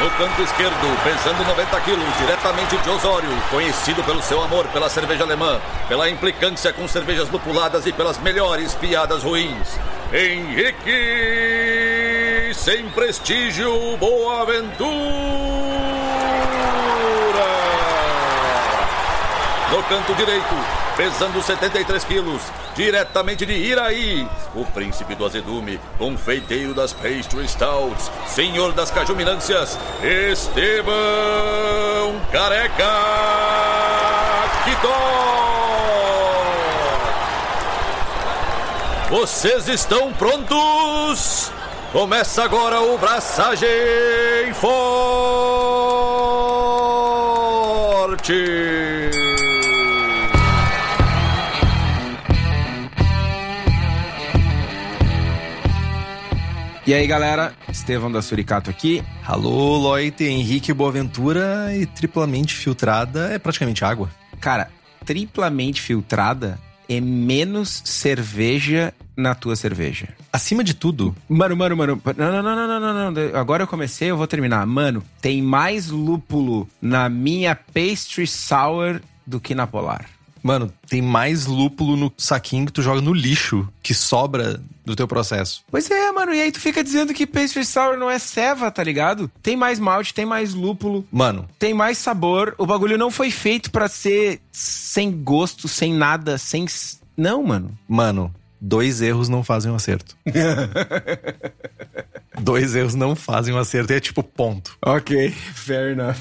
No canto esquerdo, pesando 90 quilos, diretamente de Osório, conhecido pelo seu amor pela cerveja alemã, pela implicância com cervejas lupuladas e pelas melhores piadas ruins. Henrique, sem prestígio, Boaventura. No canto direito, pesando 73 quilos, diretamente de Iraí, o príncipe do azedume, confeiteiro das pastry stouts, senhor das cajuminâncias, Estevão Careca Quitó. Vocês estão prontos? Começa agora o Braçagem Forte. E aí, galera, Estevão da Suricato aqui. Alô, Loite, Henrique Boaventura. E triplamente filtrada é praticamente água. Cara, triplamente filtrada é menos cerveja na tua cerveja. Acima de tudo... Mano. Não. Agora eu comecei, eu vou terminar. Mano, tem mais lúpulo na minha Pastry Sour do que na Polar. Mano, tem mais lúpulo no saquinho que tu joga no lixo, que sobra do teu processo. Pois é, mano, e aí tu fica dizendo que Pastry Sour não é ceva, tá ligado? Tem mais malte, tem mais lúpulo. Mano. Tem mais sabor. O bagulho não foi feito pra ser sem gosto, sem nada, sem... Não, mano. Mano, 2 erros não fazem um acerto. 2 erros não fazem um acerto, é tipo ponto. Ok, fair enough.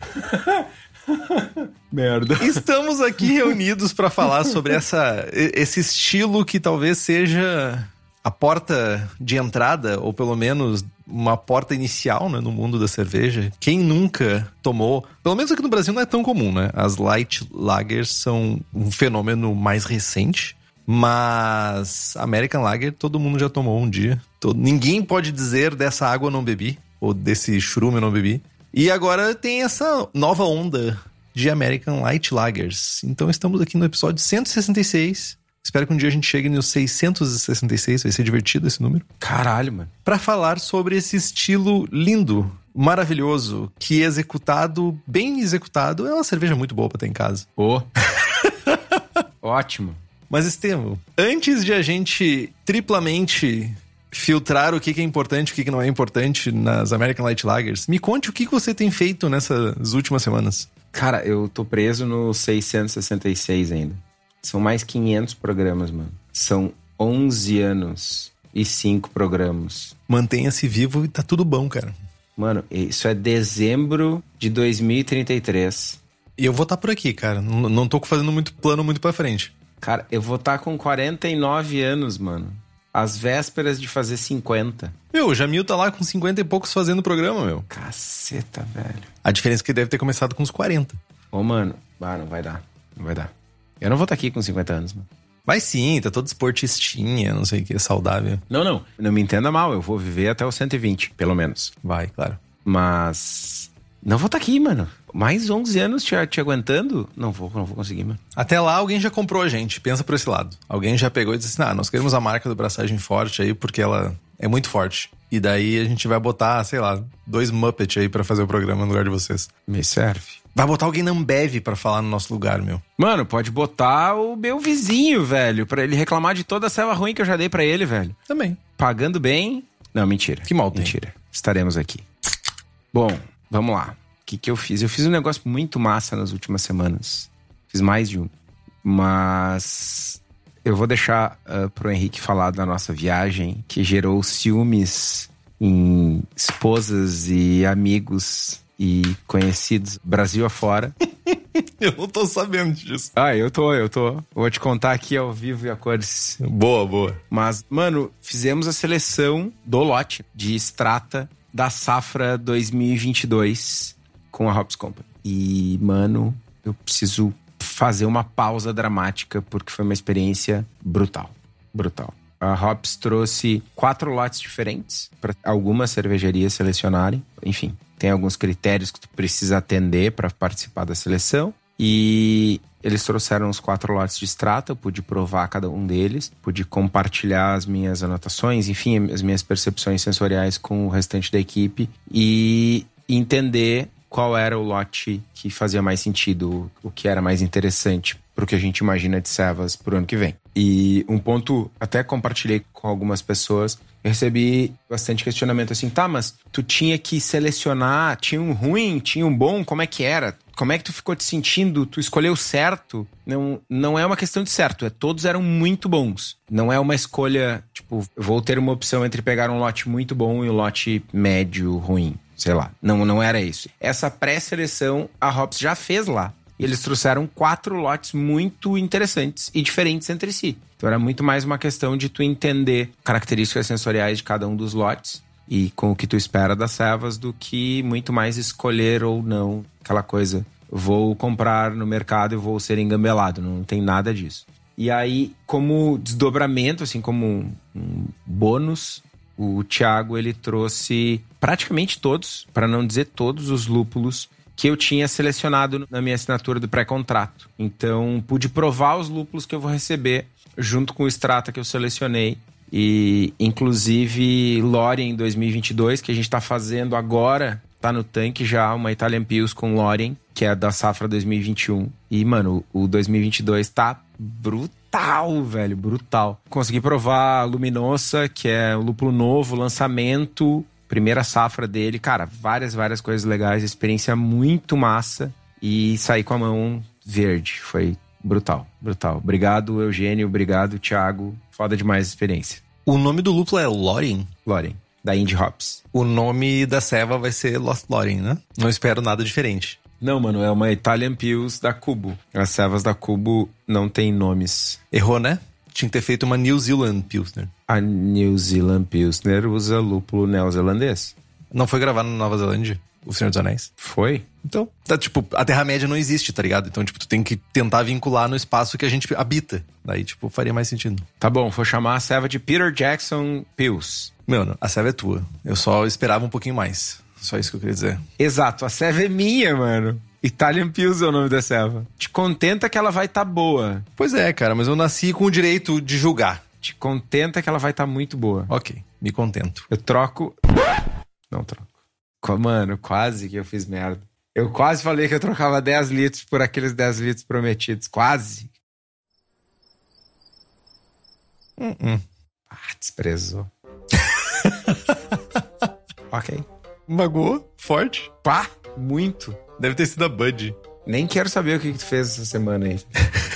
Merda. Estamos aqui reunidos para falar sobre esse estilo que talvez seja a porta de entrada, ou pelo menos uma porta inicial, né, no mundo da cerveja. Quem nunca tomou, pelo menos aqui no Brasil não é tão comum, né? As light lagers são um fenômeno mais recente, mas American Lager todo mundo já tomou um dia. Ninguém pode dizer dessa água eu não bebi, ou desse churume eu não bebi. E agora tem essa nova onda de American Light Lagers. Então estamos aqui no episódio 166. Espero que um dia a gente chegue no 666. Vai ser divertido esse número. Caralho, mano. Pra falar sobre esse estilo lindo, maravilhoso, que executado, bem executado, é uma cerveja muito boa pra ter em casa. Ótimo. Mas, Estevão, antes de a gente triplamente... filtrar o que é importante e o que não é importante nas American Light Lagers. Me conte o que você tem feito nessas últimas semanas. Cara, eu tô preso no 666 ainda. São mais 500 programas, mano. São 11 anos e 5 programas. Mantenha-se vivo e tá tudo bom, cara. Mano, isso é dezembro de 2033. E eu vou estar por aqui, cara. Não tô fazendo muito plano muito pra frente. Cara, eu vou estar com 49 anos, mano. Às vésperas de fazer 50. Meu, o Jamil tá lá com 50 e poucos fazendo o programa, meu. Caceta, velho. A diferença é que ele deve ter começado com uns 40. Ô, mano, não vai dar. Não vai dar. Eu não vou estar aqui com 50 anos, mano. Mas sim, tá todo esportistinha, não sei o que, saudável. Não me entenda mal, eu vou viver até os 120, pelo menos. Vai, claro. Mas... não vou estar aqui, mano. Mais 11 anos te aguentando? Não vou conseguir, mano. Até lá, alguém já comprou a gente. Pensa por esse lado. Alguém já pegou e disse assim, nós queremos a marca do Braçagem Forte aí, porque ela é muito forte. E daí a gente vai botar, sei lá, 2 Muppets aí pra fazer o programa no lugar de vocês. Me serve. Vai botar alguém na Ambev pra falar no nosso lugar, meu. Mano, pode botar o meu vizinho, velho, pra ele reclamar de toda a selva ruim que eu já dei pra ele, velho. Também. Pagando bem... Não, mentira. Que mal tem. Mentira. Estaremos aqui. Bom, vamos lá. O que eu fiz? Eu fiz um negócio muito massa nas últimas semanas. Fiz mais de um. Mas eu vou deixar pro Henrique falar da nossa viagem, que gerou ciúmes em esposas e amigos e conhecidos Brasil afora. Eu não tô sabendo disso. Eu tô. Vou te contar aqui ao vivo e a cores. Boa. Mas, mano, fizemos a seleção do lote de Strata da safra 2022 com a Hops Company. E, mano, eu preciso fazer uma pausa dramática porque foi uma experiência brutal. A Hops trouxe 4 lotes diferentes para algumas cervejarias selecionarem. Enfim, tem alguns critérios que tu precisa atender para participar da seleção. E eles trouxeram os 4 lotes de Strata, eu pude provar cada um deles, pude compartilhar as minhas anotações, enfim, as minhas percepções sensoriais com o restante da equipe. E entender qual era o lote que fazia mais sentido, o que era mais interessante pro que a gente imagina de servas pro ano que vem. E um ponto, até compartilhei com algumas pessoas, eu recebi bastante questionamento assim, tá, mas tu tinha que selecionar, tinha um ruim, tinha um bom, como é que era? Como é que tu ficou te sentindo? Tu escolheu certo? Não é uma questão de certo, todos eram muito bons. Não é uma escolha, tipo, vou ter uma opção entre pegar um lote muito bom e um lote médio ruim. Sei lá, não era isso. Essa pré-seleção a Hops já fez lá. E eles trouxeram 4 lotes muito interessantes e diferentes entre si. Então era muito mais uma questão de tu entender características sensoriais de cada um dos lotes e com o que tu espera das servas, do que muito mais escolher ou não aquela coisa. Vou comprar no mercado e vou ser engambelado. Não tem nada disso. E aí, como desdobramento, assim, como um bônus, o Thiago, ele trouxe praticamente todos, para não dizer todos os lúpulos que eu tinha selecionado na minha assinatura do pré-contrato. Então, pude provar os lúpulos que eu vou receber junto com o Strata que eu selecionei. E, inclusive, Lorien 2022, que a gente tá fazendo agora, tá no tanque já, uma Italian Pils com Lorien, que é da safra 2021. E, mano, o 2022 tá brutal, velho, brutal. Consegui provar a Luminosa, que é um lúpulo novo, lançamento, primeira safra dele. Cara, várias coisas legais, experiência muito massa. E saí com a mão verde, foi brutal. Obrigado, Eugênio, obrigado, Thiago. Foda demais a experiência. O nome do lúpulo é Lorien? Lorien, da Indie Hops. O nome da ceva vai ser Lost Lorien, né? Não espero nada diferente. Não, mano, é uma Italian Pils da Cubo. As cevas da Cubo não tem nomes. Errou, né? Tinha que ter feito uma New Zealand Pilsner. A New Zealand Pilsner usa lúpulo neozelandês. Não foi gravado na Nova Zelândia, O Senhor dos Anéis? Foi? Então, tá, tipo, a Terra-média não existe, tá ligado? Então, tipo, tu tem que tentar vincular no espaço que a gente habita. Daí, tipo, faria mais sentido. Tá bom, vou chamar a ceva de Peter Jackson Pils. Mano, a ceva é tua. Eu só esperava um pouquinho mais. Só isso que eu queria dizer. Exato, a ceva é minha, mano. Italian Pils é o nome da ceva. Te contenta que ela vai tá boa. Pois é, cara, mas eu nasci com o direito de julgar. Te contenta que ela vai tá muito boa. Ok, me contento. Eu troco... Não troco. Mano, quase que eu fiz merda. Eu quase falei que eu trocava 10 litros por aqueles 10 litros prometidos. Quase. Desprezou. Ok. Magoou? Forte? Pá, muito. Deve ter sido a Bud. Nem quero saber o que tu fez essa semana aí.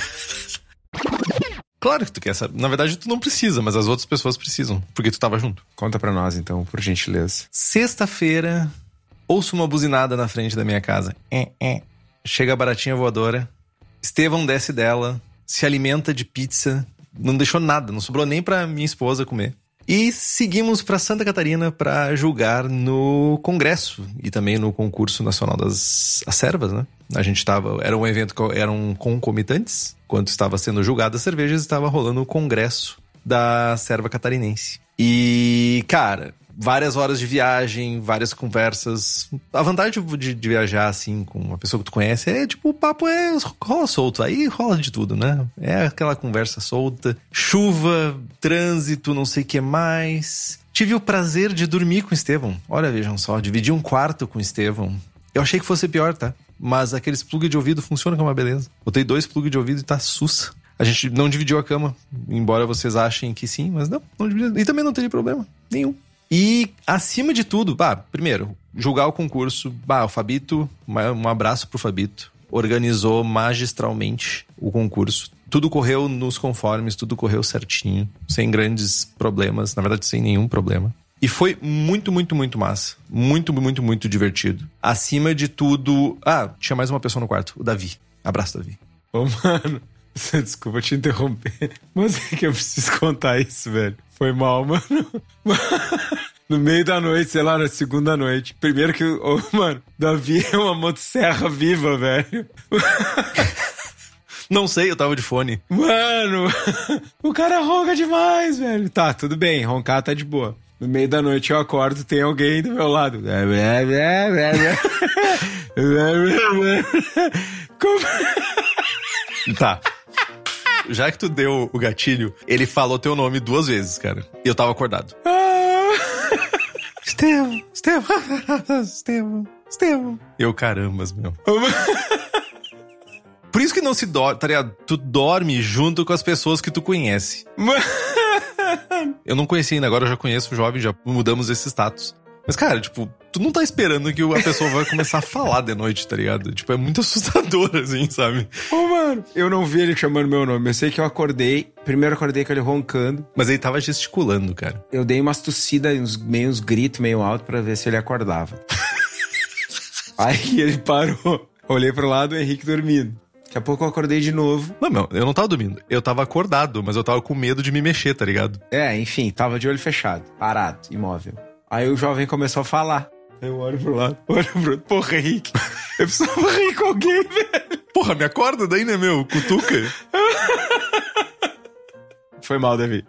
Claro que tu quer saber. Na verdade, tu não precisa, mas as outras pessoas precisam, porque tu tava junto. Conta pra nós, então, por gentileza. Sexta-feira, ouço uma buzinada na frente da minha casa. Chega a baratinha voadora. Estevão desce dela, se alimenta de pizza. Não deixou nada, não sobrou nem pra minha esposa comer. E seguimos pra Santa Catarina pra julgar no congresso e também no concurso nacional das servas, né? A gente tava... Era um evento que eram concomitantes. Quando estava sendo julgada as cervejas, estava rolando o congresso da serva catarinense. E, cara, várias horas de viagem, várias conversas. A vantagem de viajar, assim, com uma pessoa que tu conhece é, tipo, o papo rola solto. Aí rola de tudo, né? É aquela conversa solta. Chuva, trânsito, não sei o que mais. Tive o prazer de dormir com o Estevão. Olha, vejam só, dividi um quarto com o Estevão. Eu achei que fosse pior, tá? Mas aqueles plug de ouvido funcionam com uma beleza. Botei 2 plug de ouvido e tá sussa. A gente não dividiu a cama, embora vocês achem que sim, mas não dividiu. E também não teria problema nenhum. E, acima de tudo, primeiro, julgar o concurso. O Fabito, um abraço pro Fabito, organizou magistralmente o concurso. Tudo correu nos conformes, tudo correu certinho, sem grandes problemas, na verdade, sem nenhum problema. E foi muito, muito, muito massa. Muito, muito, muito divertido. Acima de tudo... tinha mais uma pessoa no quarto, o Davi. Abraço, Davi. Ô, mano, desculpa te interromper, mas é que eu preciso contar isso, velho. Foi mal, mano. No meio da noite, sei lá, na segunda noite. Primeiro que, mano, Davi é uma motosserra viva, velho. Não sei, eu tava de fone. Mano, o cara ronca demais, velho. Tá, tudo bem, roncar tá de boa. No meio da noite eu acordo, tem alguém do meu lado. Tá. Já que tu deu o gatilho, ele falou teu nome 2 vezes, cara. E eu tava acordado. Estevão. Eu, carambas, meu. Por isso que não se dorme, tá ligado? Tu dorme junto com as pessoas que tu conhece. Eu não conheci ainda, agora eu já conheço o jovem, já mudamos esse status. Mas, cara, tipo, tu não tá esperando que a pessoa vai começar a falar de noite, tá ligado? Tipo, é muito assustador, assim, sabe? Mano, eu não vi ele chamando meu nome. Eu sei que eu acordei, primeiro acordei com ele roncando. Mas ele tava gesticulando, cara. Eu dei umas tossidas, uns gritos meio alto pra ver se ele acordava. Aí ele parou. Olhei pro lado, o Henrique dormindo. Daqui a pouco eu acordei de novo. Não, meu, eu não tava dormindo. Eu tava acordado, mas eu tava com medo de me mexer, tá ligado? Enfim, tava de olho fechado, parado, imóvel. Aí o jovem começou a falar. Eu olho pro lado, olho pro outro. Porra, Henrique, eu precisava rir com alguém, velho. Porra, me acorda daí, né, meu? Cutuca. Foi mal, Davi.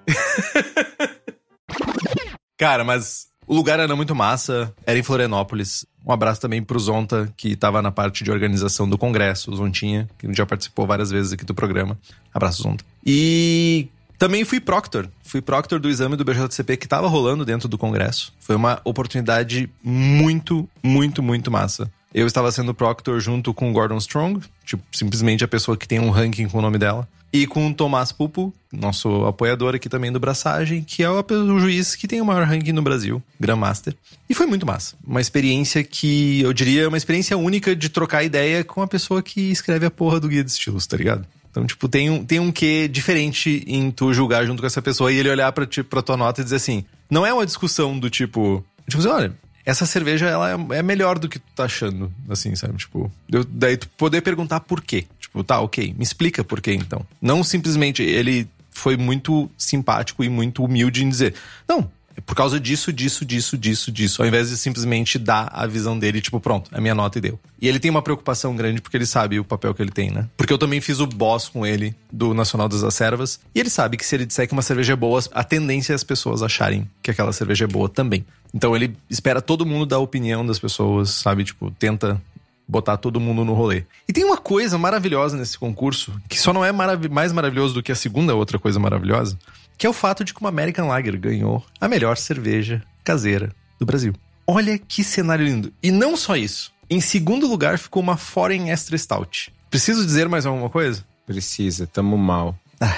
Cara, mas o lugar era muito massa, era em Florianópolis. Um abraço também pro Zonta, que tava na parte de organização do congresso, o Zontinha, que já participou várias vezes aqui do programa. Abraço, Zonta. E também fui proctor do exame do BJCP que tava rolando dentro do congresso. Foi uma oportunidade muito, muito, muito massa. Eu estava sendo proctor junto com o Gordon Strong, tipo, simplesmente a pessoa que tem um ranking com o nome dela. E com o Tomás Pupo, nosso apoiador aqui também do Braçagem, que é o juiz que tem o maior ranking no Brasil, Grandmaster. E foi muito massa. Uma experiência que, eu diria, uma experiência única de trocar ideia com a pessoa que escreve a porra do Guia de Estilos, tá ligado? Então, tipo, tem um quê diferente em tu julgar junto com essa pessoa e ele olhar pra tua nota e dizer assim, não é uma discussão do tipo assim, olha, essa cerveja, ela é melhor do que tu tá achando, assim, sabe? Tipo, daí tu poder perguntar por quê. Tipo, tá, ok, me explica por quê, então. Não simplesmente, ele foi muito simpático e muito humilde em dizer, não, é por causa disso, ao invés de simplesmente dar a visão dele, tipo, pronto, a minha nota e deu. E ele tem uma preocupação grande porque ele sabe o papel que ele tem, né? Porque eu também fiz o boss com ele do Nacional das Acervas, e ele sabe que se ele disser que uma cerveja é boa, a tendência é as pessoas acharem que aquela cerveja é boa também. Então ele espera todo mundo dar a opinião das pessoas, sabe? Tipo, tenta botar todo mundo no rolê. E tem uma coisa maravilhosa nesse concurso, que só não é mais maravilhoso do que a segunda outra coisa maravilhosa, que é o fato de que uma American Lager ganhou a melhor cerveja caseira do Brasil. Olha que cenário lindo. E não só isso. Em segundo lugar ficou uma Foreign Extra Stout. Preciso dizer mais alguma coisa? Precisa, tamo mal.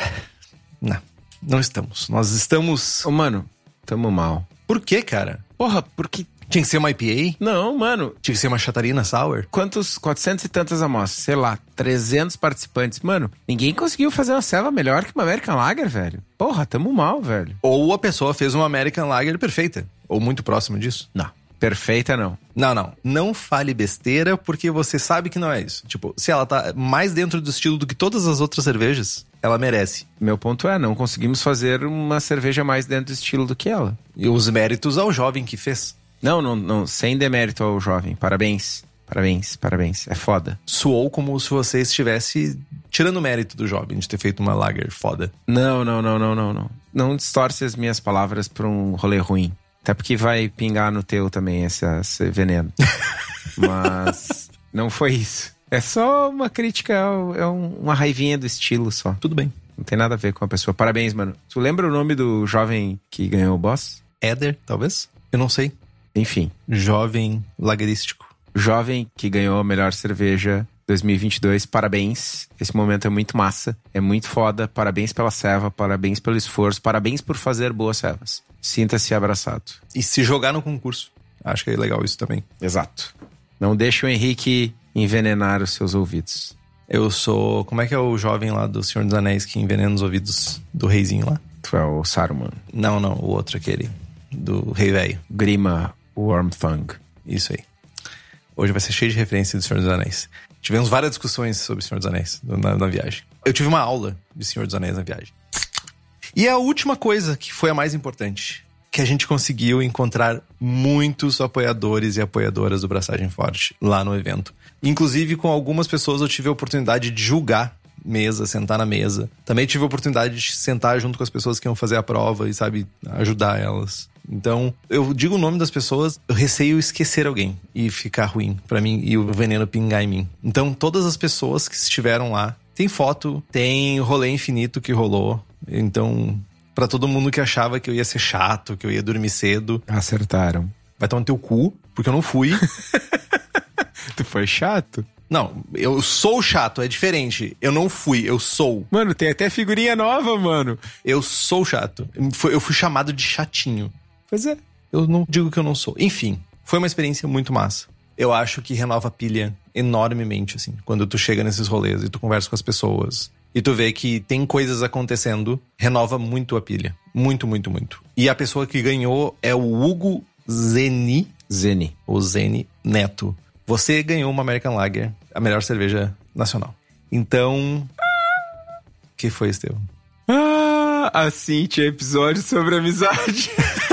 Não estamos. Nós estamos... Mano, tamo mal. Por quê, cara? Porra, porque... Tinha que ser uma IPA? Não, mano. Tinha que ser uma Catarina Sour? 400 e tantas amostras, sei lá, 300 participantes. Mano, ninguém conseguiu fazer uma ceva melhor que uma American Lager, velho. Porra, tamo mal, velho. Ou a pessoa fez uma American Lager perfeita. Ou muito próximo disso. Não. Perfeita, não. Não. Não fale besteira, porque você sabe que não é isso. Tipo, se ela tá mais dentro do estilo do que todas as outras cervejas, ela merece. Meu ponto é, não conseguimos fazer uma cerveja mais dentro do estilo do que ela. E os méritos ao jovem que fez. Não, sem demérito ao jovem. Parabéns. É foda. Soou como se você estivesse tirando o mérito do jovem de ter feito uma lager foda. Não. Não distorce as minhas palavras pra um rolê ruim. Até porque vai pingar no teu também esse veneno. Mas não foi isso. É só uma crítica, é uma raivinha do estilo só. Tudo bem. Não tem nada a ver com a pessoa. Parabéns, mano. Tu lembra o nome do jovem que ganhou o boss? Éder, talvez? Eu não sei. Enfim. Jovem lagerístico. Jovem que ganhou a melhor cerveja 2022. Parabéns. Esse momento é muito massa. É muito foda. Parabéns pela ceva. Parabéns pelo esforço. Parabéns por fazer boas cevas. Sinta-se abraçado. E se jogar no concurso. Acho que é legal isso também. Exato. Não deixe o Henrique envenenar os seus ouvidos. Eu sou... Como é que é o jovem lá do Senhor dos Anéis que envenena os ouvidos do reizinho lá? Tu é o Saruman. Não. O outro, aquele. Do rei velho. Grima Wormthang. Isso aí. Hoje vai ser cheio de referência do Senhor dos Anéis. Tivemos várias discussões sobre Senhor dos Anéis na viagem. Eu tive uma aula de Senhor dos Anéis na viagem. E a última coisa, que foi a mais importante, que a gente conseguiu encontrar muitos apoiadores e apoiadoras do Braçagem Forte lá no evento. Inclusive, com algumas pessoas eu tive a oportunidade de julgar mesa, sentar na mesa. Também tive a oportunidade de sentar junto com as pessoas que iam fazer a prova e, sabe, ajudar elas. Então, eu digo o nome das pessoas, eu receio esquecer alguém e ficar ruim pra mim e o veneno pingar em mim. Então, todas as pessoas que estiveram lá, tem foto, tem rolê infinito que rolou. Então, pra todo mundo que achava que eu ia ser chato, que eu ia dormir cedo, acertaram. vai tomar no teu cu, porque eu não fui. Tu foi chato? Não, eu sou chato, é diferente. Eu não fui, eu sou. Mano, tem até figurinha nova, mano. Eu sou chato. Eu fui chamado de chatinho. Pois é. Eu não digo que eu não sou. Enfim, foi uma experiência muito massa. Eu acho que renova a pilha enormemente, assim. Quando tu chega nesses rolês e tu conversa com as pessoas e tu vê que tem coisas acontecendo, renova muito a pilha. Muito, muito, muito. E a pessoa que ganhou é o Hugo Zeni. Ou Zeni Neto. Você ganhou uma American Lager, a melhor cerveja nacional. Então... O que foi, Estevão? Assim tinha episódio sobre amizade.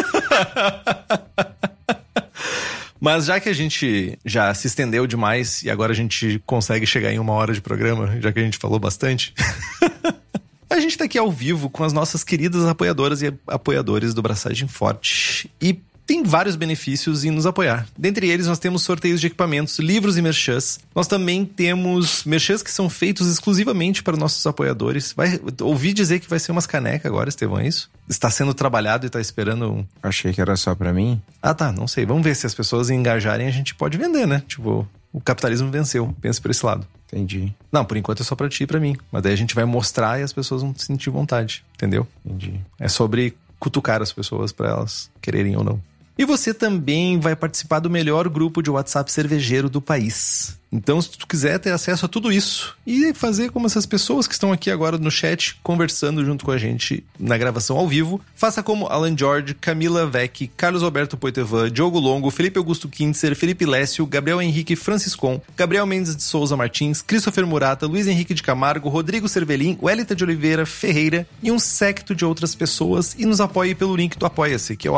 Mas já que a gente já se estendeu demais e agora a gente consegue chegar em 1 hora de programa, já que a gente falou bastante... A gente tá aqui ao vivo com as nossas queridas apoiadoras e apoiadores do Braçagem Forte. E tem vários benefícios em nos apoiar. Dentre eles, nós temos sorteios de equipamentos, livros e merchãs. Nós também temos merchãs que são feitos exclusivamente para nossos apoiadores. Ouvi dizer que vai ser umas canecas agora, Estevão, é isso? Está sendo trabalhado e tá esperando... Achei que era só pra mim. Ah, tá, não sei. Vamos ver se as pessoas engajarem, a gente pode vender, né? Tipo, o capitalismo venceu. Pensa por esse lado. Entendi. Não, por enquanto é só pra ti e pra mim. Mas daí a gente vai mostrar e as pessoas vão sentir vontade, entendeu? Entendi. É sobre cutucar as pessoas pra elas quererem ou não. E você também vai participar do melhor grupo de WhatsApp cervejeiro do país. Então, se tu quiser ter acesso a tudo isso e fazer como essas pessoas que estão aqui agora no chat, conversando junto com a gente na gravação ao vivo, faça como Alan George, Camila Vec, Carlos Alberto Poitevin, Diogo Longo, Felipe Augusto Kintzer, Felipe Lécio, Gabriel Henrique Franciscon, Gabriel Mendes de Souza Martins, Christopher Murata, Luiz Henrique de Camargo, Rodrigo Cervelin, Wellington de Oliveira Ferreira e um séquito de outras pessoas. E nos apoie pelo link do Apoia-se, que é o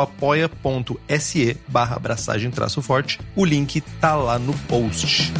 apoia.se/abraçagem-forte. O link tá lá no post.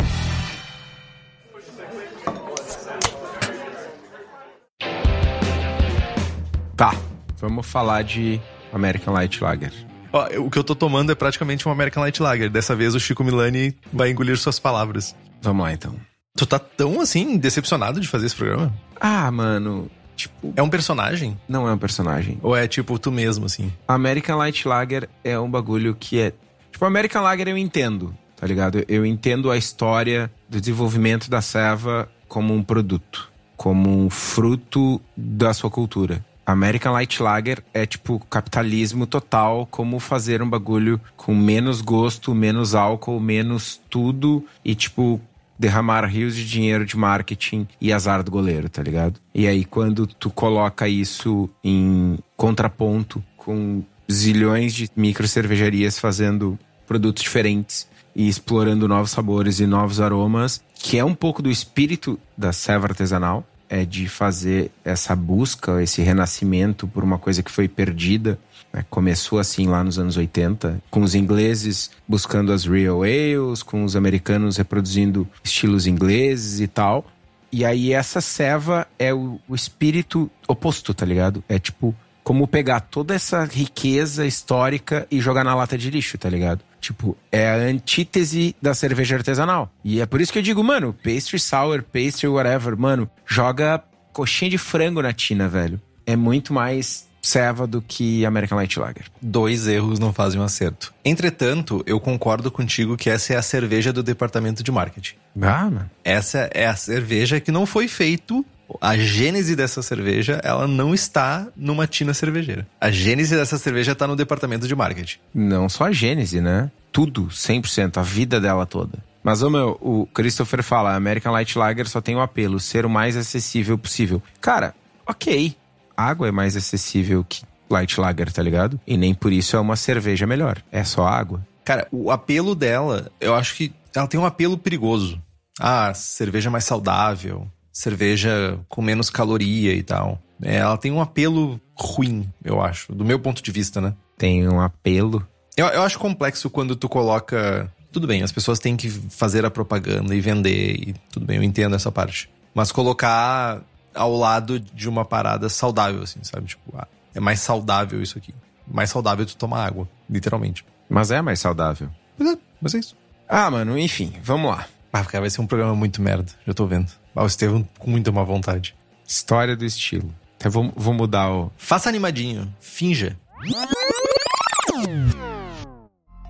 Tá, vamos falar de American Light Lager. Ó, o que eu tô tomando é praticamente um American Light Lager. Dessa vez o Chico Milani vai engolir suas palavras. Vamos lá, então. Tu tá tão, assim, decepcionado de fazer esse programa? Ah, mano, tipo... É um personagem? Não é um personagem. Ou é, tipo, tu mesmo, assim? American Light Lager é um bagulho que é... Tipo, American Lager eu entendo, tá ligado? Eu entendo a história do desenvolvimento da ceva como um produto. Como um fruto da sua cultura. American Light Lager é tipo capitalismo total, como fazer um bagulho com menos gosto, menos álcool, menos tudo e tipo derramar rios de dinheiro de marketing e azar do goleiro, tá ligado? E aí quando tu coloca isso em contraponto com zilhões de micro cervejarias fazendo produtos diferentes e explorando novos sabores e novos aromas, que é um pouco do espírito da ceva artesanal, é de fazer essa busca, esse renascimento por uma coisa que foi perdida. Né? Começou assim lá nos anos 80, com os ingleses buscando as Real Ales, com os americanos reproduzindo estilos ingleses e tal. E aí essa ceva é o espírito oposto, tá ligado? É tipo, como pegar toda essa riqueza histórica e jogar na lata de lixo, tá ligado? Tipo, é a antítese da cerveja artesanal. E é por isso que eu digo, mano, pastry sour, pastry whatever, mano, joga coxinha de frango na tina, velho. É muito mais ceva do que American Light Lager. 2 erros não fazem um acerto. Entretanto, eu concordo contigo que essa é a cerveja do departamento de marketing. Ah, mano. Essa é a cerveja que não foi feito... A gênese dessa cerveja, ela não está numa tina cervejeira. A gênese dessa cerveja está no departamento de marketing. Não só a gênese, né? Tudo, 100%, a vida dela toda. Mas, meu, o Christopher fala, American Light Lager só tem o apelo, ser o mais acessível possível. Cara, ok. Água é mais acessível que Light Lager, tá ligado? E nem por isso é uma cerveja melhor. É só água. Cara, o apelo dela, eu acho que ela tem um apelo perigoso. Ah, cerveja mais saudável... cerveja com menos caloria e tal. Ela tem um apelo ruim, eu acho. Do meu ponto de vista, né? Tem um apelo? Eu acho complexo quando tu coloca... Tudo bem, as pessoas têm que fazer a propaganda e vender. E tudo bem, eu entendo essa parte. Mas colocar ao lado de uma parada saudável, assim, sabe? Tipo, é mais saudável isso aqui. Mais saudável tu tomar água, literalmente. Mas é mais saudável. Mas é isso. Ah, mano, enfim, vamos lá. Cara, vai ser um programa muito merda. Já tô vendo. O Estevão com muita má vontade. História do estilo. Até vou mudar o... Faça animadinho. Finja.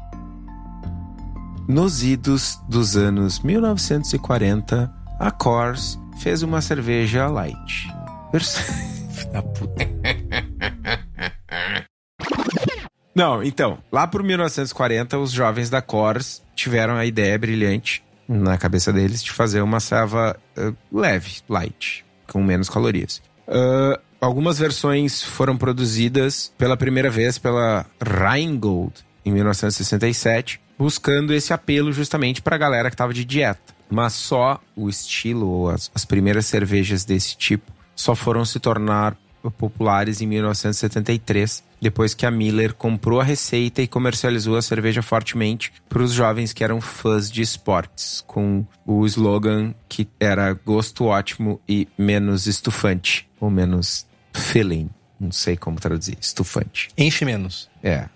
Nos idos dos anos 1940, a Coors fez uma cerveja light. Da puta. Não, então, lá por 1940, os jovens da Coors tiveram a ideia brilhante na cabeça deles de fazer uma cerveja leve, light, com menos calorias. Algumas versões foram produzidas pela primeira vez pela Rheingold em 1967, buscando esse apelo justamente para a galera que estava de dieta. Mas só o estilo, ou as primeiras cervejas desse tipo, só foram se tornar populares em 1973, depois que a Miller comprou a receita e comercializou a cerveja fortemente para os jovens que eram fãs de esportes, com o slogan que era gosto ótimo e menos estufante, ou menos filling, não sei como traduzir, estufante. Enche menos.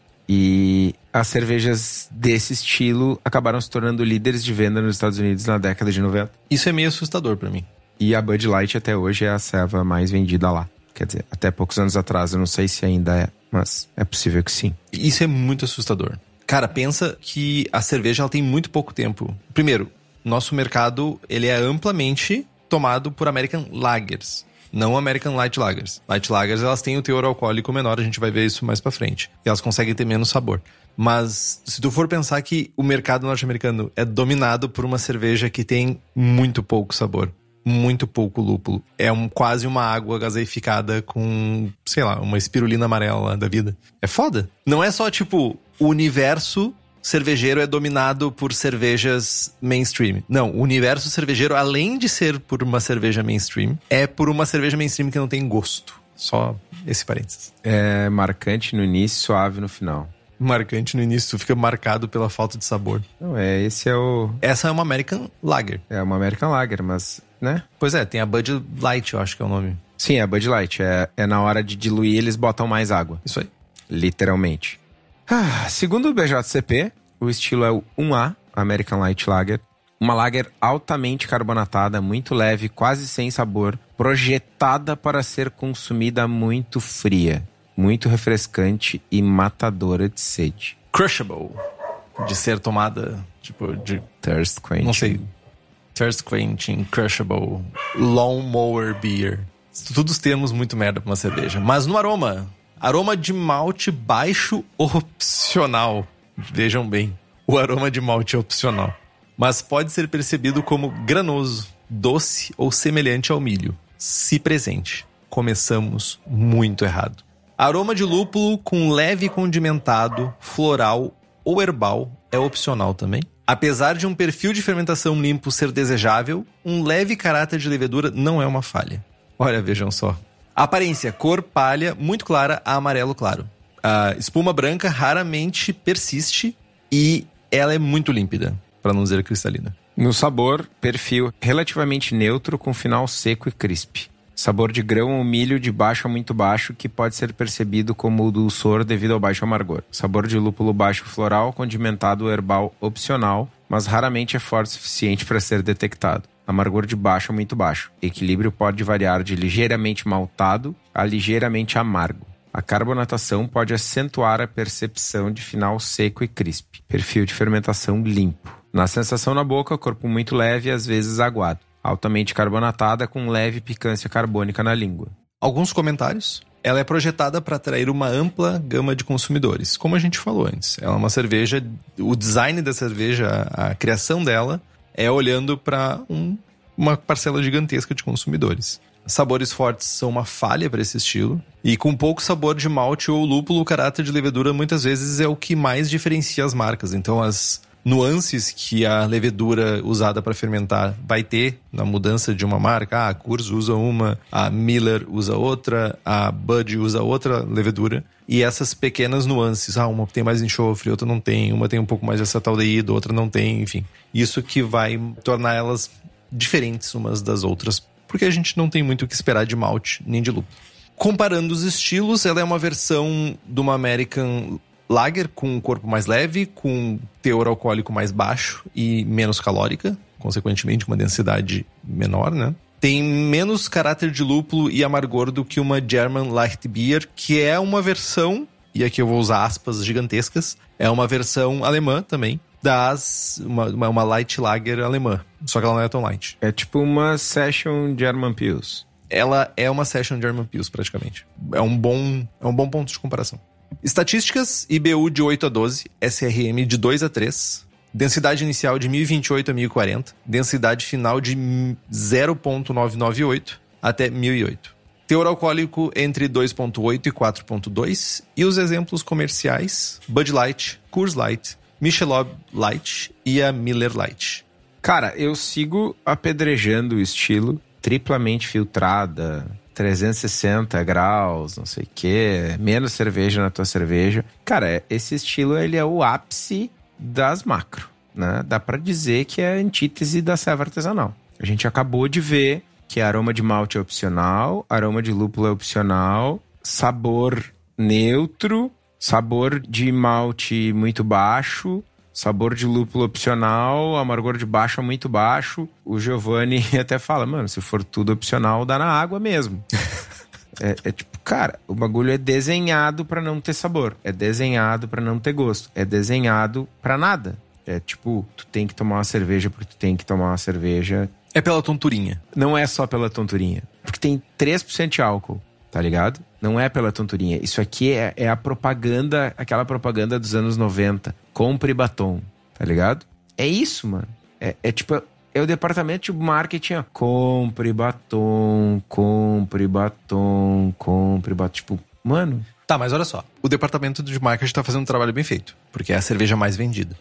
E as cervejas desse estilo acabaram se tornando líderes de venda nos Estados Unidos na década de 90. Isso é meio assustador pra mim. E a Bud Light até hoje é a cerveja mais vendida lá. Quer dizer, até poucos anos atrás, eu não sei se ainda é, mas é possível que sim. Isso é muito assustador. Cara, pensa que a cerveja ela tem muito pouco tempo. Primeiro, nosso mercado ele é amplamente tomado por American Lagers, não American Light Lagers. Light Lagers, elas têm o teor alcoólico menor, a gente vai ver isso mais pra frente. E elas conseguem ter menos sabor. Mas se tu for pensar que o mercado norte-americano é dominado por uma cerveja que tem muito pouco sabor, muito pouco lúpulo. É quase uma água gaseificada com, sei lá, uma espirulina amarela da vida. É foda. Não é só, tipo, o universo cervejeiro é dominado por cervejas mainstream. Não, o universo cervejeiro, além de ser por uma cerveja mainstream, é por uma cerveja mainstream que não tem gosto. Só esse parênteses. É marcante no início, suave no final. Marcante no início, tu fica marcado pela falta de sabor. Não, esse é o... Essa é uma American Lager. É uma American Lager, mas, né? Pois é, tem a Bud Light, eu acho que é o nome. Sim, é a Bud Light. É na hora de diluir, eles botam mais água. Isso aí. Literalmente. Segundo o BJCP, o estilo é o 1A, American Light Lager. Uma lager altamente carbonatada, muito leve, quase sem sabor, projetada para ser consumida muito fria, muito refrescante e matadora de sede. Crushable, de ser tomada, tipo, de... Thirst quenching. Não sei. Thirst quenching, crushable, lawnmower beer. Todos termos muito merda pra uma cerveja. Mas no aroma de malte baixo opcional. Vejam bem, o aroma de malte é opcional. Mas pode ser percebido como granoso, doce ou semelhante ao milho. Se presente. Começamos muito errado. Aroma de lúpulo com leve condimentado, floral ou herbal é opcional também. Apesar de um perfil de fermentação limpo ser desejável, um leve caráter de levedura não é uma falha. Olha, vejam só. Aparência, cor palha, muito clara a amarelo claro. A espuma branca raramente persiste e ela é muito límpida, para não dizer cristalina. No sabor, perfil relativamente neutro com final seco e crisp. Sabor de grão ou milho de baixo a muito baixo, que pode ser percebido como dulçor devido ao baixo amargor. Sabor de lúpulo baixo floral, condimentado herbal opcional, mas raramente é forte o suficiente para ser detectado. Amargor de baixo a muito baixo. Equilíbrio pode variar de ligeiramente maltado a ligeiramente amargo. A carbonatação pode acentuar a percepção de final seco e crisp. Perfil de fermentação limpo. Na sensação na boca, corpo muito leve e às vezes aguado. Altamente carbonatada com leve picância carbônica na língua. Alguns comentários. Ela é projetada para atrair uma ampla gama de consumidores. Como a gente falou antes. Ela é uma cerveja... O design da cerveja, a criação dela, é olhando para uma parcela gigantesca de consumidores. Sabores fortes são uma falha para esse estilo. E com pouco sabor de malte ou lúpulo, o caráter de levedura muitas vezes é o que mais diferencia as marcas. Então as nuances que a levedura usada para fermentar vai ter na mudança de uma marca. A Coors usa uma, a Miller usa outra, a Bud usa outra levedura. E essas pequenas nuances, uma tem mais enxofre, outra não tem, uma tem um pouco mais de acetaldeído, outra não tem, enfim. Isso que vai tornar elas diferentes umas das outras, porque a gente não tem muito o que esperar de malte nem de lúpulo. Comparando os estilos, ela é uma versão de uma American Lager com um corpo mais leve, com teor alcoólico mais baixo e menos calórica, consequentemente uma densidade menor, né? Tem menos caráter de lúpulo e amargor do que uma German Light Beer, que é uma versão, e aqui eu vou usar aspas gigantescas, é uma versão alemã também, uma Light Lager alemã. Só que ela não é tão light. É tipo uma Session German Pils. Ela é uma Session German Pils, praticamente. É um bom ponto de comparação. Estatísticas: IBU de 8 a 12, SRM de 2 a 3, densidade inicial de 1028 a 1040, densidade final de 0.998 até 1008. Teor alcoólico entre 2.8 e 4.2. E os exemplos comerciais: Bud Light, Coors Light, Michelob Light e a Miller Light. Cara, eu sigo apedrejando o estilo, triplamente filtrada, 360 graus, não sei o quê, menos cerveja na tua cerveja. Cara, esse estilo, ele é o ápice das macro, né? Dá pra dizer que é a antítese da cerveja artesanal. A gente acabou de ver que aroma de malte é opcional, aroma de lúpulo é opcional, sabor neutro, sabor de malte muito baixo, sabor de lúpulo opcional, amargor de baixo a muito baixo. O Giovanni até fala, mano, se for tudo opcional, dá na água mesmo. É tipo, cara, o bagulho é desenhado pra não ter sabor. É desenhado pra não ter gosto. É desenhado pra nada. É tipo, tu tem que tomar uma cerveja porque tu tem que tomar uma cerveja. É pela tonturinha. Não é só pela tonturinha. Porque tem 3% de álcool, tá ligado? Não é pela tonturinha. Isso aqui é a propaganda, aquela propaganda dos anos 90. Compre batom, tá ligado? É isso, mano. É tipo, é o departamento de marketing, ó. Compre batom, compre batom, compre batom. Tipo, mano... Tá, mas olha só. O departamento de marketing tá fazendo um trabalho bem feito. Porque é a cerveja mais vendida.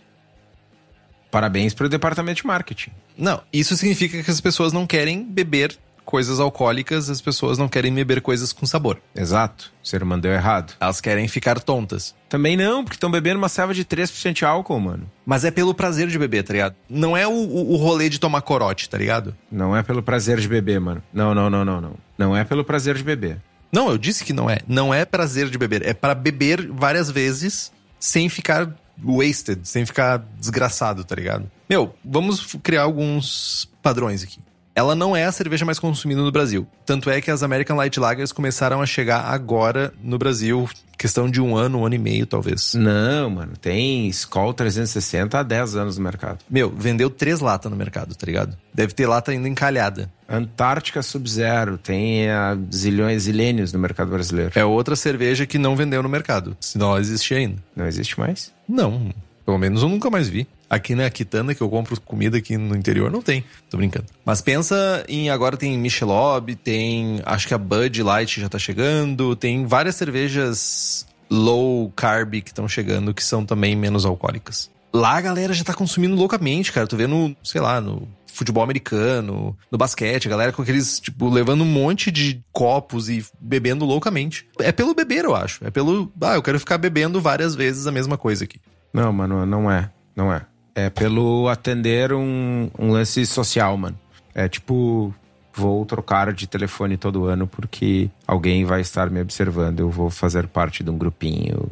Parabéns pro departamento de marketing. Não, isso significa que as pessoas não querem beber coisas alcoólicas, as pessoas não querem beber coisas com sabor. Exato. O ser humano deu errado. Elas querem ficar tontas. Também não, porque estão bebendo uma cerveja de 3% de álcool, mano. Mas é pelo prazer de beber, tá ligado? Não é o rolê de tomar corote, tá ligado? Não é pelo prazer de beber, mano. Não. Não é pelo prazer de beber. Não, eu disse que não é. Não é prazer de beber. É para beber várias vezes sem ficar wasted, sem ficar desgraçado, tá ligado? Meu, vamos criar alguns padrões aqui. Ela não é a cerveja mais consumida no Brasil. Tanto é que as American Light Lagers começaram a chegar agora no Brasil. Questão de um ano e meio, talvez. Não, mano. Tem Skol 360 há 10 anos no mercado. Meu, vendeu 3 latas no mercado, tá ligado? Deve ter lata ainda encalhada. Antártica Sub-Zero. Tem zilênios no mercado brasileiro. É outra cerveja que não vendeu no mercado. Senão ela existia ainda. Não existe mais? Não. Pelo menos eu nunca mais vi. Aqui na Quitanda, que eu compro comida aqui no interior, não tem. Tô brincando. Mas pensa em... Agora tem Michelob, tem... Acho que a Bud Light já tá chegando. Tem várias cervejas low carb que estão chegando, que são também menos alcoólicas. Lá a galera já tá consumindo loucamente, cara. Tu vê no, sei lá, no futebol americano, no basquete, a galera com aqueles, tipo, levando um monte de copos e bebendo loucamente. É pelo beber, eu acho. É pelo... eu quero ficar bebendo várias vezes a mesma coisa aqui. Não, mano, não é. Não é. É pelo atender um lance social, mano. É tipo, vou trocar de telefone todo ano porque alguém vai estar me observando. Eu vou fazer parte de um grupinho.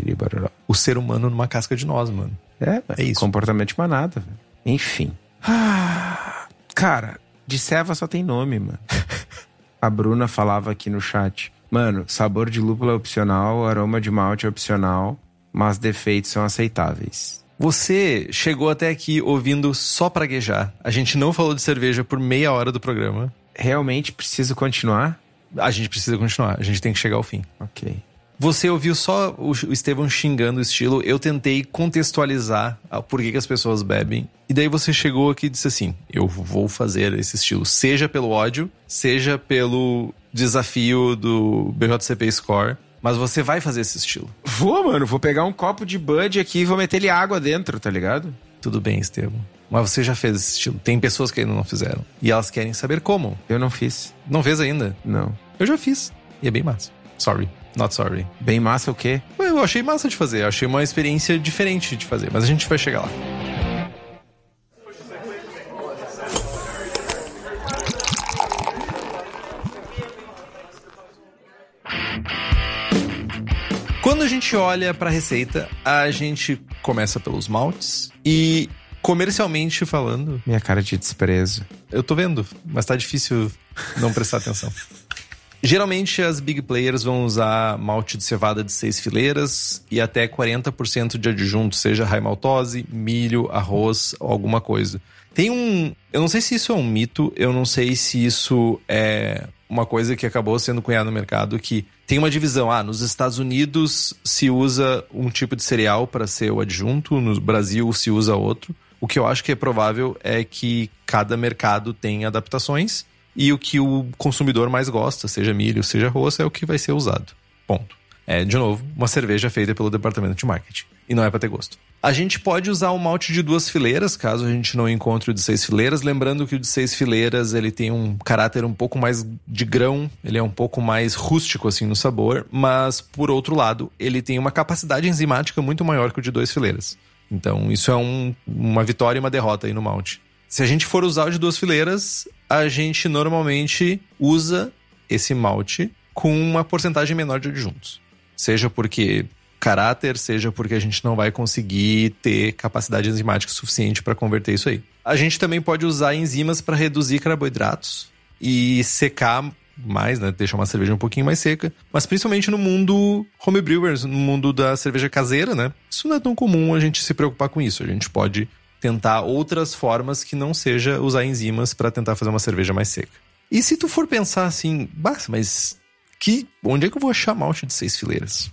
O ser humano numa casca de nós, mano. É isso. Comportamento de manada, velho. Enfim. Cara, de ceva só tem nome, mano. A Bruna falava aqui no chat. Mano, sabor de lúpulo é opcional, aroma de malte é opcional, mas defeitos são aceitáveis. Você chegou até aqui ouvindo só praguejar. A gente não falou de cerveja por meia hora do programa. Realmente preciso continuar? A gente precisa continuar. A gente tem que chegar ao fim. Ok. Você ouviu só o Estevão xingando o estilo. Eu tentei contextualizar por que as pessoas bebem. E daí você chegou aqui e disse assim: eu vou fazer esse estilo. Seja pelo ódio, seja pelo desafio do BJCP Score. Mas você vai fazer esse estilo. Vou, mano. Vou pegar um copo de Bud aqui e vou meter ele água dentro, tá ligado? Tudo bem, Estevão. Mas você já fez esse estilo. Tem pessoas que ainda não fizeram. E elas querem saber como. Eu não fiz. Não fez ainda? Não. Eu já fiz. E é bem massa. Sorry. Not sorry. Bem massa o quê? Eu achei massa de fazer. Eu achei uma experiência diferente de fazer. Mas a gente vai chegar lá. Quando a gente olha pra receita, a gente começa pelos maltes e, comercialmente falando... Minha cara de desprezo. Eu tô vendo, mas tá difícil não prestar atenção. Geralmente as big players vão usar malte de cevada de 6 fileiras e até 40% de adjunto, seja high maltose, milho, arroz ou alguma coisa. Eu não sei se isso é um mito, eu não sei se isso é uma coisa que acabou sendo cunhada no mercado, que tem uma divisão. Nos Estados Unidos se usa um tipo de cereal para ser o adjunto, no Brasil se usa outro. O que eu acho que é provável é que cada mercado tem adaptações e o que o consumidor mais gosta, seja milho, seja arroz, é o que vai ser usado. Ponto. De novo, uma cerveja feita pelo departamento de marketing. E não é para ter gosto. A gente pode usar um malte de 2 fileiras, caso a gente não encontre o de 6 fileiras. Lembrando que o de 6 fileiras, ele tem um caráter um pouco mais de grão. Ele é um pouco mais rústico, assim, no sabor. Mas, por outro lado, ele tem uma capacidade enzimática muito maior que o de 2 fileiras. Então, isso é uma vitória e uma derrota aí no malte. Se a gente for usar o de 2 fileiras, a gente normalmente usa esse malte com uma porcentagem menor de adjuntos. Seja porque caráter, seja porque a gente não vai conseguir ter capacidade enzimática suficiente para converter isso aí. A gente também pode usar enzimas para reduzir carboidratos e secar mais, né? Deixar uma cerveja um pouquinho mais seca. Mas principalmente no mundo homebrewers, no mundo da cerveja caseira, né? Isso não é tão comum a gente se preocupar com isso. A gente pode tentar outras formas que não seja usar enzimas para tentar fazer uma cerveja mais seca. E se tu for pensar assim, mas onde é que eu vou achar malte de 6 fileiras?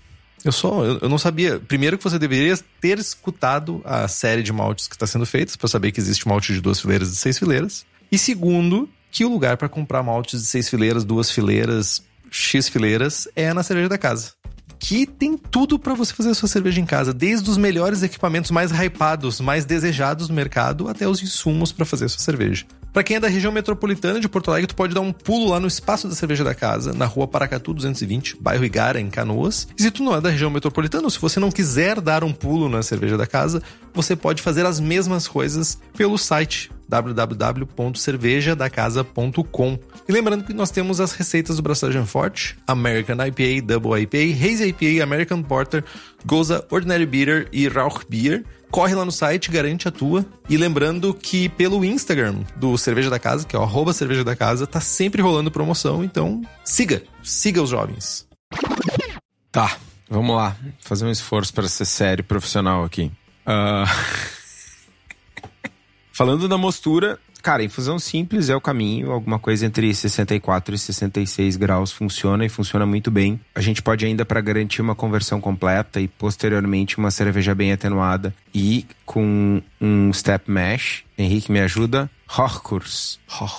Eu não sabia. Primeiro que você deveria ter escutado a série de maltes que está sendo feita para saber que existe malte de 2 fileiras e de 6 fileiras. E segundo, que o lugar para comprar maltes de 6 fileiras, 2 fileiras, X fileiras é na Cerveja da Casa. Que tem tudo para você fazer a sua cerveja em casa, desde os melhores equipamentos mais hypados, mais desejados no mercado, até os insumos para fazer a sua cerveja. Para quem é da região metropolitana de Porto Alegre, tu pode dar um pulo lá no espaço da Cerveja da Casa, na rua Paracatu 220, bairro Igara, em Canoas. E se tu não é da região metropolitana, ou se você não quiser dar um pulo na Cerveja da Casa, você pode fazer as mesmas coisas pelo site www.cervejadacasa.com. E lembrando que nós temos as receitas do Braçagem Forte, American IPA, Double IPA, Hazy IPA, American Porter, Goza, Ordinary Bitter e Rauch Beer. Corre lá no site, garante a tua. E lembrando que pelo Instagram do Cerveja da Casa, que é o @Cerveja da Casa, tá sempre rolando promoção, então siga os jovens. Tá, vamos lá. Fazer um esforço para ser sério e profissional aqui. Falando da mostura, cara, infusão simples é o caminho. Alguma coisa entre 64 e 66 graus funciona e funciona muito bem. A gente pode ainda, para garantir uma conversão completa e posteriormente uma cerveja bem atenuada e com um step mash. Henrique, me ajuda? Hochkurs.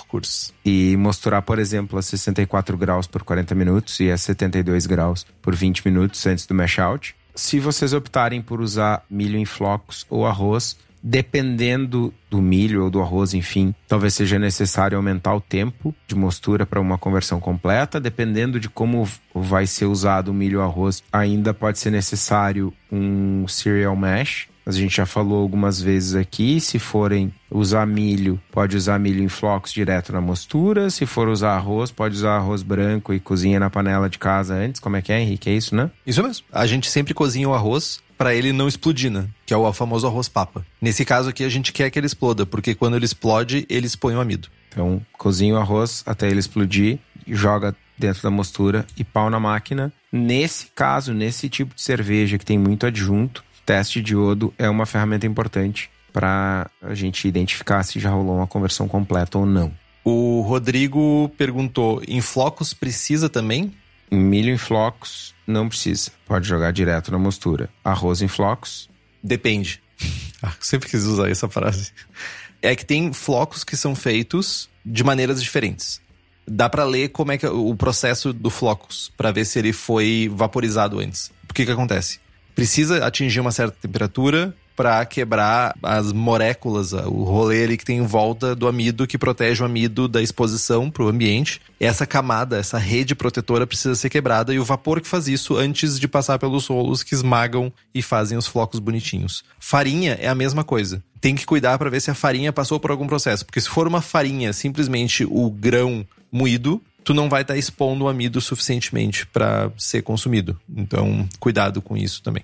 E misturar, por exemplo, a 64 graus por 40 minutos e a 72 graus por 20 minutos antes do mash out. Se vocês optarem por usar milho em flocos ou arroz, dependendo do milho ou do arroz, enfim, talvez seja necessário aumentar o tempo de mostura para uma conversão completa. Dependendo de como vai ser usado o milho ou arroz, ainda pode ser necessário um cereal mash. A gente já falou algumas vezes aqui, se forem usar milho, pode usar milho em flocos direto na mostura. Se for usar arroz, pode usar arroz branco e cozinha na panela de casa antes. Como é que é, Henrique? É isso, né? Isso mesmo. A gente sempre cozinha o arroz para ele não explodir, né? Que é o famoso arroz papa. Nesse caso aqui, a gente quer que ele exploda, porque quando ele explode, ele expõe o amido. Então, cozinha o arroz até ele explodir, joga dentro da mostura e pau na máquina. Nesse caso, nesse tipo de cerveja que tem muito adjunto, teste de iodo é uma ferramenta importante para a gente identificar se já rolou uma conversão completa ou não. O Rodrigo perguntou, em flocos precisa também? Milho em flocos não precisa, pode jogar direto na mostura. Arroz em flocos? Depende. Sempre quis usar essa frase. É que tem flocos que são feitos de maneiras diferentes. Dá pra ler como é que é o processo do flocos, pra ver se ele foi vaporizado antes. O que acontece? Precisa atingir uma certa temperatura para quebrar as moléculas, o rolê ali que tem em volta do amido, que protege o amido da exposição para o ambiente. Essa camada, essa rede protetora precisa ser quebrada e o vapor que faz isso antes de passar pelos rolos que esmagam e fazem os flocos bonitinhos. Farinha é a mesma coisa. Tem que cuidar para ver se a farinha passou por algum processo, porque se for uma farinha, simplesmente o grão moído, tu não vai estar expondo o amido suficientemente para ser consumido. Então, cuidado com isso também.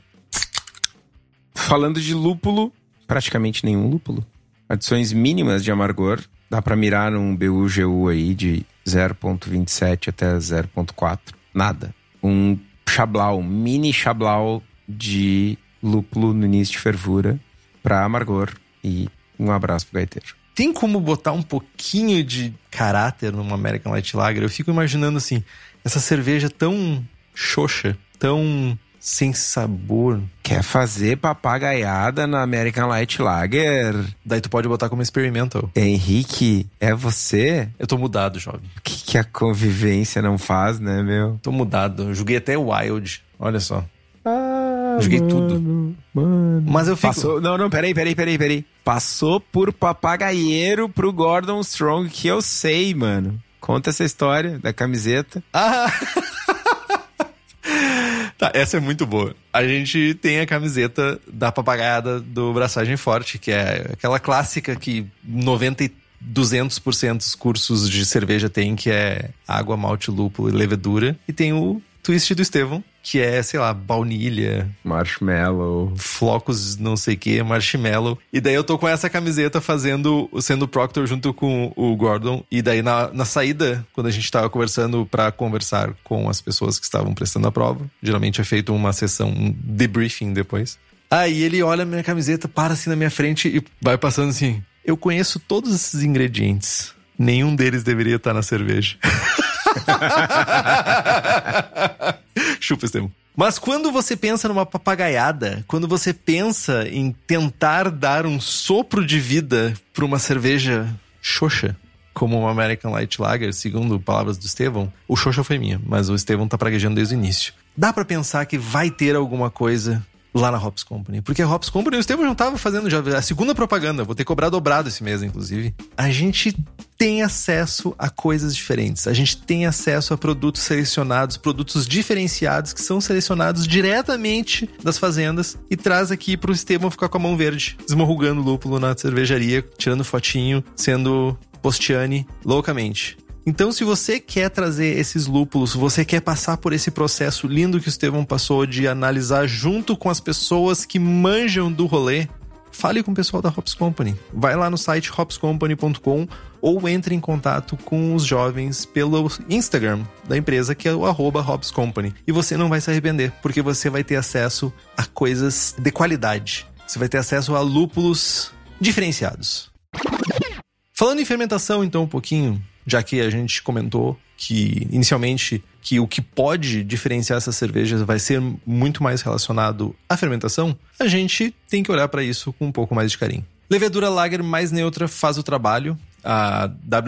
Falando de lúpulo, praticamente nenhum lúpulo. Adições mínimas de amargor Dá pra mirar num BU-GU aí de 0.27 até 0.4. Nada. Um Chablau, um mini Chablau de lúpulo no início de fervura pra amargor. E um abraço pro gaiteiro. Tem como botar um pouquinho de caráter numa American Light Lager? Eu fico imaginando assim, essa cerveja tão xoxa, tão sem sabor. Quer fazer papagaiada na American Light Lager? Daí tu pode botar como experimental. Henrique, é você? Eu tô mudado, jovem. O que a convivência não faz, né, meu? Tô mudado. Eu joguei até Wild. Olha só. Joguei tudo. Mano. Mas eu fico... Passou... Não, peraí. Passou por papagaieiro pro Gordon Strong, que eu sei, mano. Conta essa história da camiseta. Tá, essa é muito boa. A gente tem a camiseta da papagaiada do Braçagem Forte, que é aquela clássica que 200% dos cursos de cerveja tem, que é água, malte, lúpulo e levedura. E tem o twist do Estevão, que é, sei lá, baunilha, marshmallow, flocos não sei o que, marshmallow. E daí eu tô com essa camiseta sendo Proctor junto com o Gordon. E daí na saída, quando a gente tava conversando pra conversar com as pessoas que estavam prestando a prova, geralmente é feito uma sessão, um debriefing depois. Aí ele olha a minha camiseta, para assim na minha frente e vai passando assim: eu conheço todos esses ingredientes, nenhum deles deveria estar na cerveja. Chupa, Estevão. Mas quando você pensa numa papagaiada, quando você pensa em tentar dar um sopro de vida para uma cerveja xoxa, como uma American Light Lager, segundo palavras do Estevão, o xoxa foi minha, mas o Estevão tá praguejando desde o início. Dá pra pensar que vai ter alguma coisa lá na Hops Company, porque a Hops Company, o Estevão já tava fazendo já a segunda propaganda, vou ter que cobrar dobrado esse mês, inclusive. A gente tem acesso a coisas diferentes, a gente tem acesso a produtos selecionados, produtos diferenciados que são selecionados diretamente das fazendas e traz aqui pro Estevão ficar com a mão verde, esmorrugando lúpulo na cervejaria, tirando fotinho, sendo postiane loucamente. Então, se você quer trazer esses lúpulos, você quer passar por esse processo lindo que o Estevão passou de analisar junto com as pessoas que manjam do rolê, fale com o pessoal da Hops Company. Vai lá no site hopscompany.com ou entre em contato com os jovens pelo Instagram da empresa, que é o @Hops Company. E você não vai se arrepender, porque você vai ter acesso a coisas de qualidade. Você vai ter acesso a lúpulos diferenciados. Falando em fermentação, então, um pouquinho, já que a gente comentou que, inicialmente, que o que pode diferenciar essas cervejas vai ser muito mais relacionado à fermentação, a gente tem que olhar para isso com um pouco mais de carinho. Levedura lager mais neutra faz o trabalho. A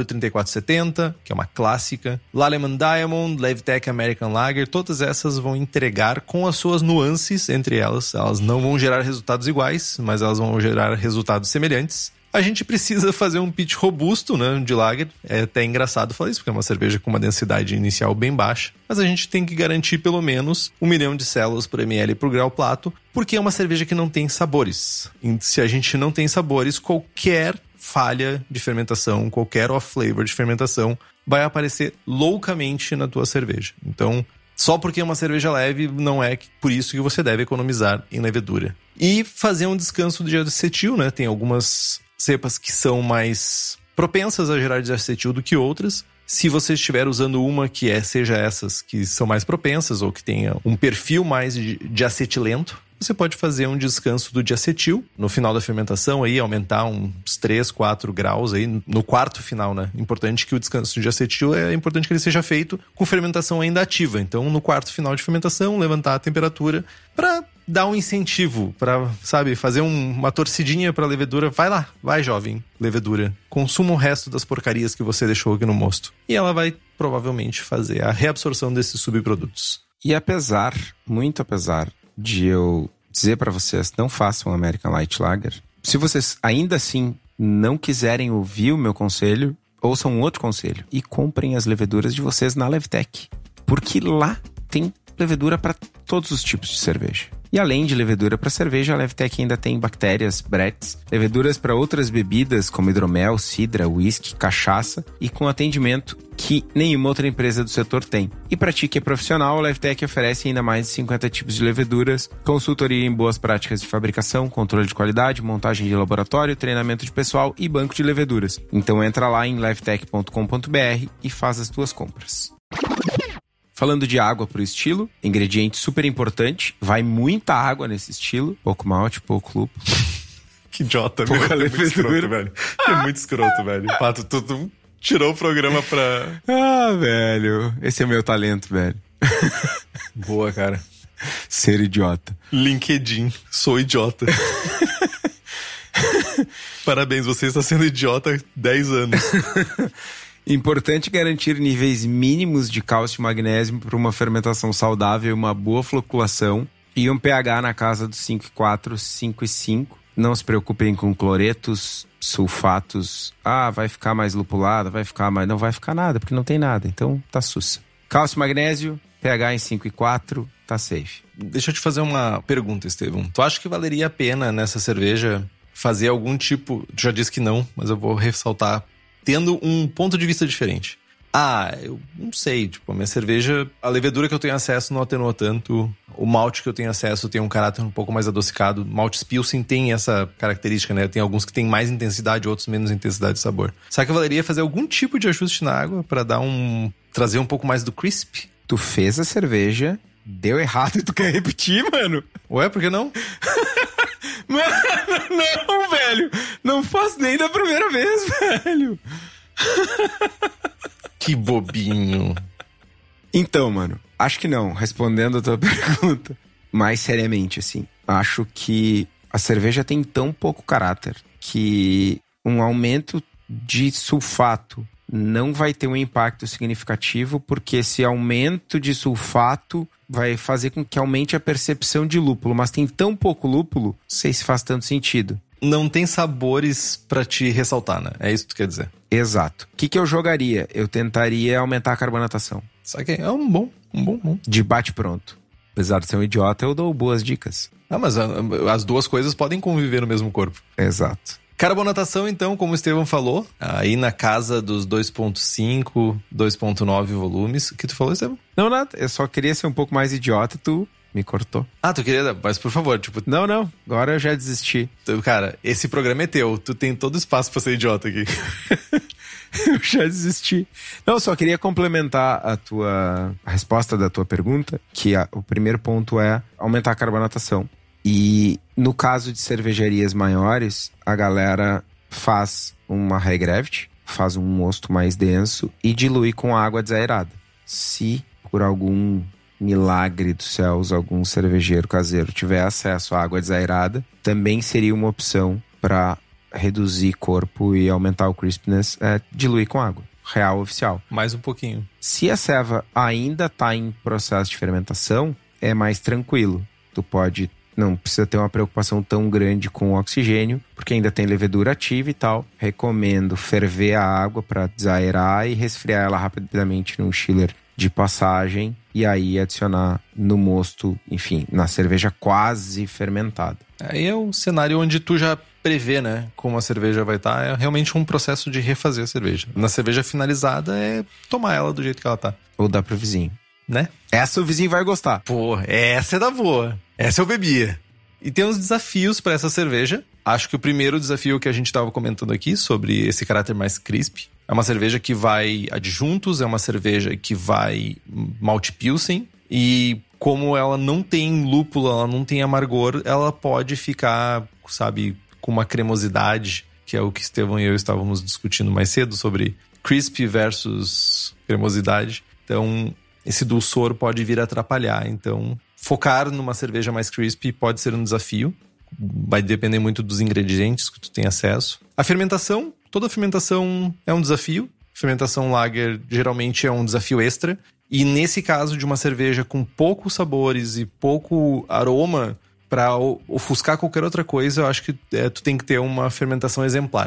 W3470, que é uma clássica, Lallemand Diamond, Levtech American Lager, todas essas vão entregar com as suas nuances entre elas. Elas não vão gerar resultados iguais, mas elas vão gerar resultados semelhantes. A gente precisa fazer um pitch robusto, né, de lager. É até engraçado falar isso, porque é uma cerveja com uma densidade inicial bem baixa. Mas a gente tem que garantir pelo menos 1 milhão de células por ml por grau plato, porque é uma cerveja que não tem sabores. E se a gente não tem sabores, qualquer falha de fermentação, qualquer off-flavor de fermentação vai aparecer loucamente na tua cerveja. Então, só porque é uma cerveja leve, não é por isso que você deve economizar em levedura. E fazer um descanso de acetil, né? Tem algumas cepas que são mais propensas a gerar diacetil do que outras. Se você estiver usando uma que seja essas que são mais propensas ou que tenha um perfil mais de acetilento, você pode fazer um descanso do diacetil no final da fermentação, aí aumentar uns 3, 4 graus aí no quarto final, né? Importante que o descanso de diacetil é importante que ele seja feito com fermentação ainda ativa. Então, no quarto final de fermentação, levantar a temperatura para dar um incentivo, para, sabe, fazer uma torcidinha para a levedura. Vai lá, vai, jovem levedura. Consuma o resto das porcarias que você deixou aqui no mosto. E ela vai provavelmente fazer a reabsorção desses subprodutos. E apesar, muito apesar de eu dizer para vocês, não façam American Light Lager, se vocês ainda assim não quiserem ouvir o meu conselho, ouçam um outro conselho e comprem as leveduras de vocês na Levtech, porque lá tem levedura para todos os tipos de cerveja. E além de levedura para cerveja, a Levtech ainda tem bactérias, bretes, leveduras para outras bebidas como hidromel, cidra, uísque, cachaça e com atendimento que nenhuma outra empresa do setor tem. E para ti que é profissional, a Levtech oferece ainda mais de 50 tipos de leveduras, consultoria em boas práticas de fabricação, controle de qualidade, montagem de laboratório, treinamento de pessoal e banco de leveduras. Então entra lá em levtech.com.br e faz as tuas compras. Falando de água pro estilo, ingrediente super importante, vai muita água nesse estilo, pouco malte, pouco lúpulo. Que idiota, meu. É muito escroto, velho. É muito escroto, velho. Pato, tu tirou o programa pra... Ah, velho. Esse é o meu talento, velho. Boa, cara. Ser idiota. LinkedIn. Sou idiota. Parabéns, você está sendo idiota há 10 anos. Importante garantir níveis mínimos de cálcio e magnésio para uma fermentação saudável, uma boa floculação e um pH na casa dos 5,4, 5,5. Não se preocupem com cloretos, sulfatos. Ah, vai ficar mais lupulada, vai ficar mais... Não vai ficar nada, porque não tem nada. Então, tá sussa. Cálcio e magnésio, pH em 5,4, tá safe. Deixa eu te fazer uma pergunta, Estevão. Tu acha que valeria a pena nessa cerveja fazer algum tipo... Tu já disse que não, mas eu vou ressaltar. Tendo um ponto de vista diferente. Ah, eu não sei, tipo, a minha cerveja, a levedura que eu tenho acesso não atenua tanto, o malte que eu tenho acesso tem um caráter um pouco mais adocicado, maltes Pilsen tem essa característica, né? Tem alguns que tem mais intensidade, outros menos intensidade de sabor. Será que valeria fazer algum tipo de ajuste na água pra trazer um pouco mais do crisp? Tu fez a cerveja, deu errado e tu quer repetir, mano? Ué, por que não? Mano, não, velho. Não faço nem da primeira vez, velho. Que bobinho. Então, mano, acho que não. Respondendo a tua pergunta, mais seriamente, assim, acho que a cerveja tem tão pouco caráter que um aumento de sulfato não vai ter um impacto significativo, porque esse aumento de sulfato vai fazer com que aumente a percepção de lúpulo, mas tem tão pouco lúpulo, não sei se faz tanto sentido. Não tem sabores pra te ressaltar, né? É isso que tu quer dizer. Exato. O que eu jogaria? Eu tentaria aumentar a carbonatação. Sabe que é um bom. De bate pronto. Apesar de ser um idiota, eu dou boas dicas. Ah, mas as duas coisas podem conviver no mesmo corpo. Exato. Carbonatação, então, como o Estevão falou, aí na casa dos 2,5, 2,9 volumes. O que tu falou, Estevão? Não, nada. Eu só queria ser um pouco mais idiota, tu me cortou. Ah, tu queria... Mas, por favor, tipo... Não. Agora eu já desisti. Cara, esse programa é teu. Tu tem todo espaço pra ser idiota aqui. Eu já desisti. Não, só queria complementar a resposta da tua pergunta, que o primeiro ponto é aumentar a carbonatação. E no caso de cervejarias maiores, a galera faz uma high gravity, faz um mosto mais denso e dilui com água desaerada. Se por algum milagre dos céus algum cervejeiro caseiro tiver acesso à água desaerada, também seria uma opção para reduzir corpo e aumentar o crispness, diluir com água. Real oficial. Mais um pouquinho. Se a ceva ainda está em processo de fermentação, é mais tranquilo. Não precisa ter uma preocupação tão grande com o oxigênio, porque ainda tem levedura ativa e tal. Recomendo ferver a água para desaerar e resfriar ela rapidamente num chiller de passagem e aí adicionar no mosto, enfim, na cerveja quase fermentada. Aí é o cenário onde tu já prevê, né, como a cerveja vai estar. É realmente um processo de refazer a cerveja. Na cerveja finalizada é tomar ela do jeito que ela tá. Ou dar pro vizinho. Né? Essa o vizinho vai gostar. Pô, essa é da boa. Essa eu bebia. E tem uns desafios para essa cerveja. Acho que o primeiro desafio que a gente estava comentando aqui, sobre esse caráter mais crisp, é uma cerveja que vai adjuntos, é uma cerveja que vai malte Pilsen. E como ela não tem lúpulo, ela não tem amargor, ela pode ficar, sabe, com uma cremosidade, que é o que Estevão e eu estávamos discutindo mais cedo, sobre crisp versus cremosidade. Então, esse dulçor pode vir a atrapalhar. Então, focar numa cerveja mais crispy pode ser um desafio. Vai depender muito dos ingredientes que tu tem acesso. A fermentação, toda fermentação é um desafio. Fermentação lager geralmente é um desafio extra. E nesse caso de uma cerveja com poucos sabores e pouco aroma, para ofuscar qualquer outra coisa, eu acho que tu tem que ter uma fermentação exemplar.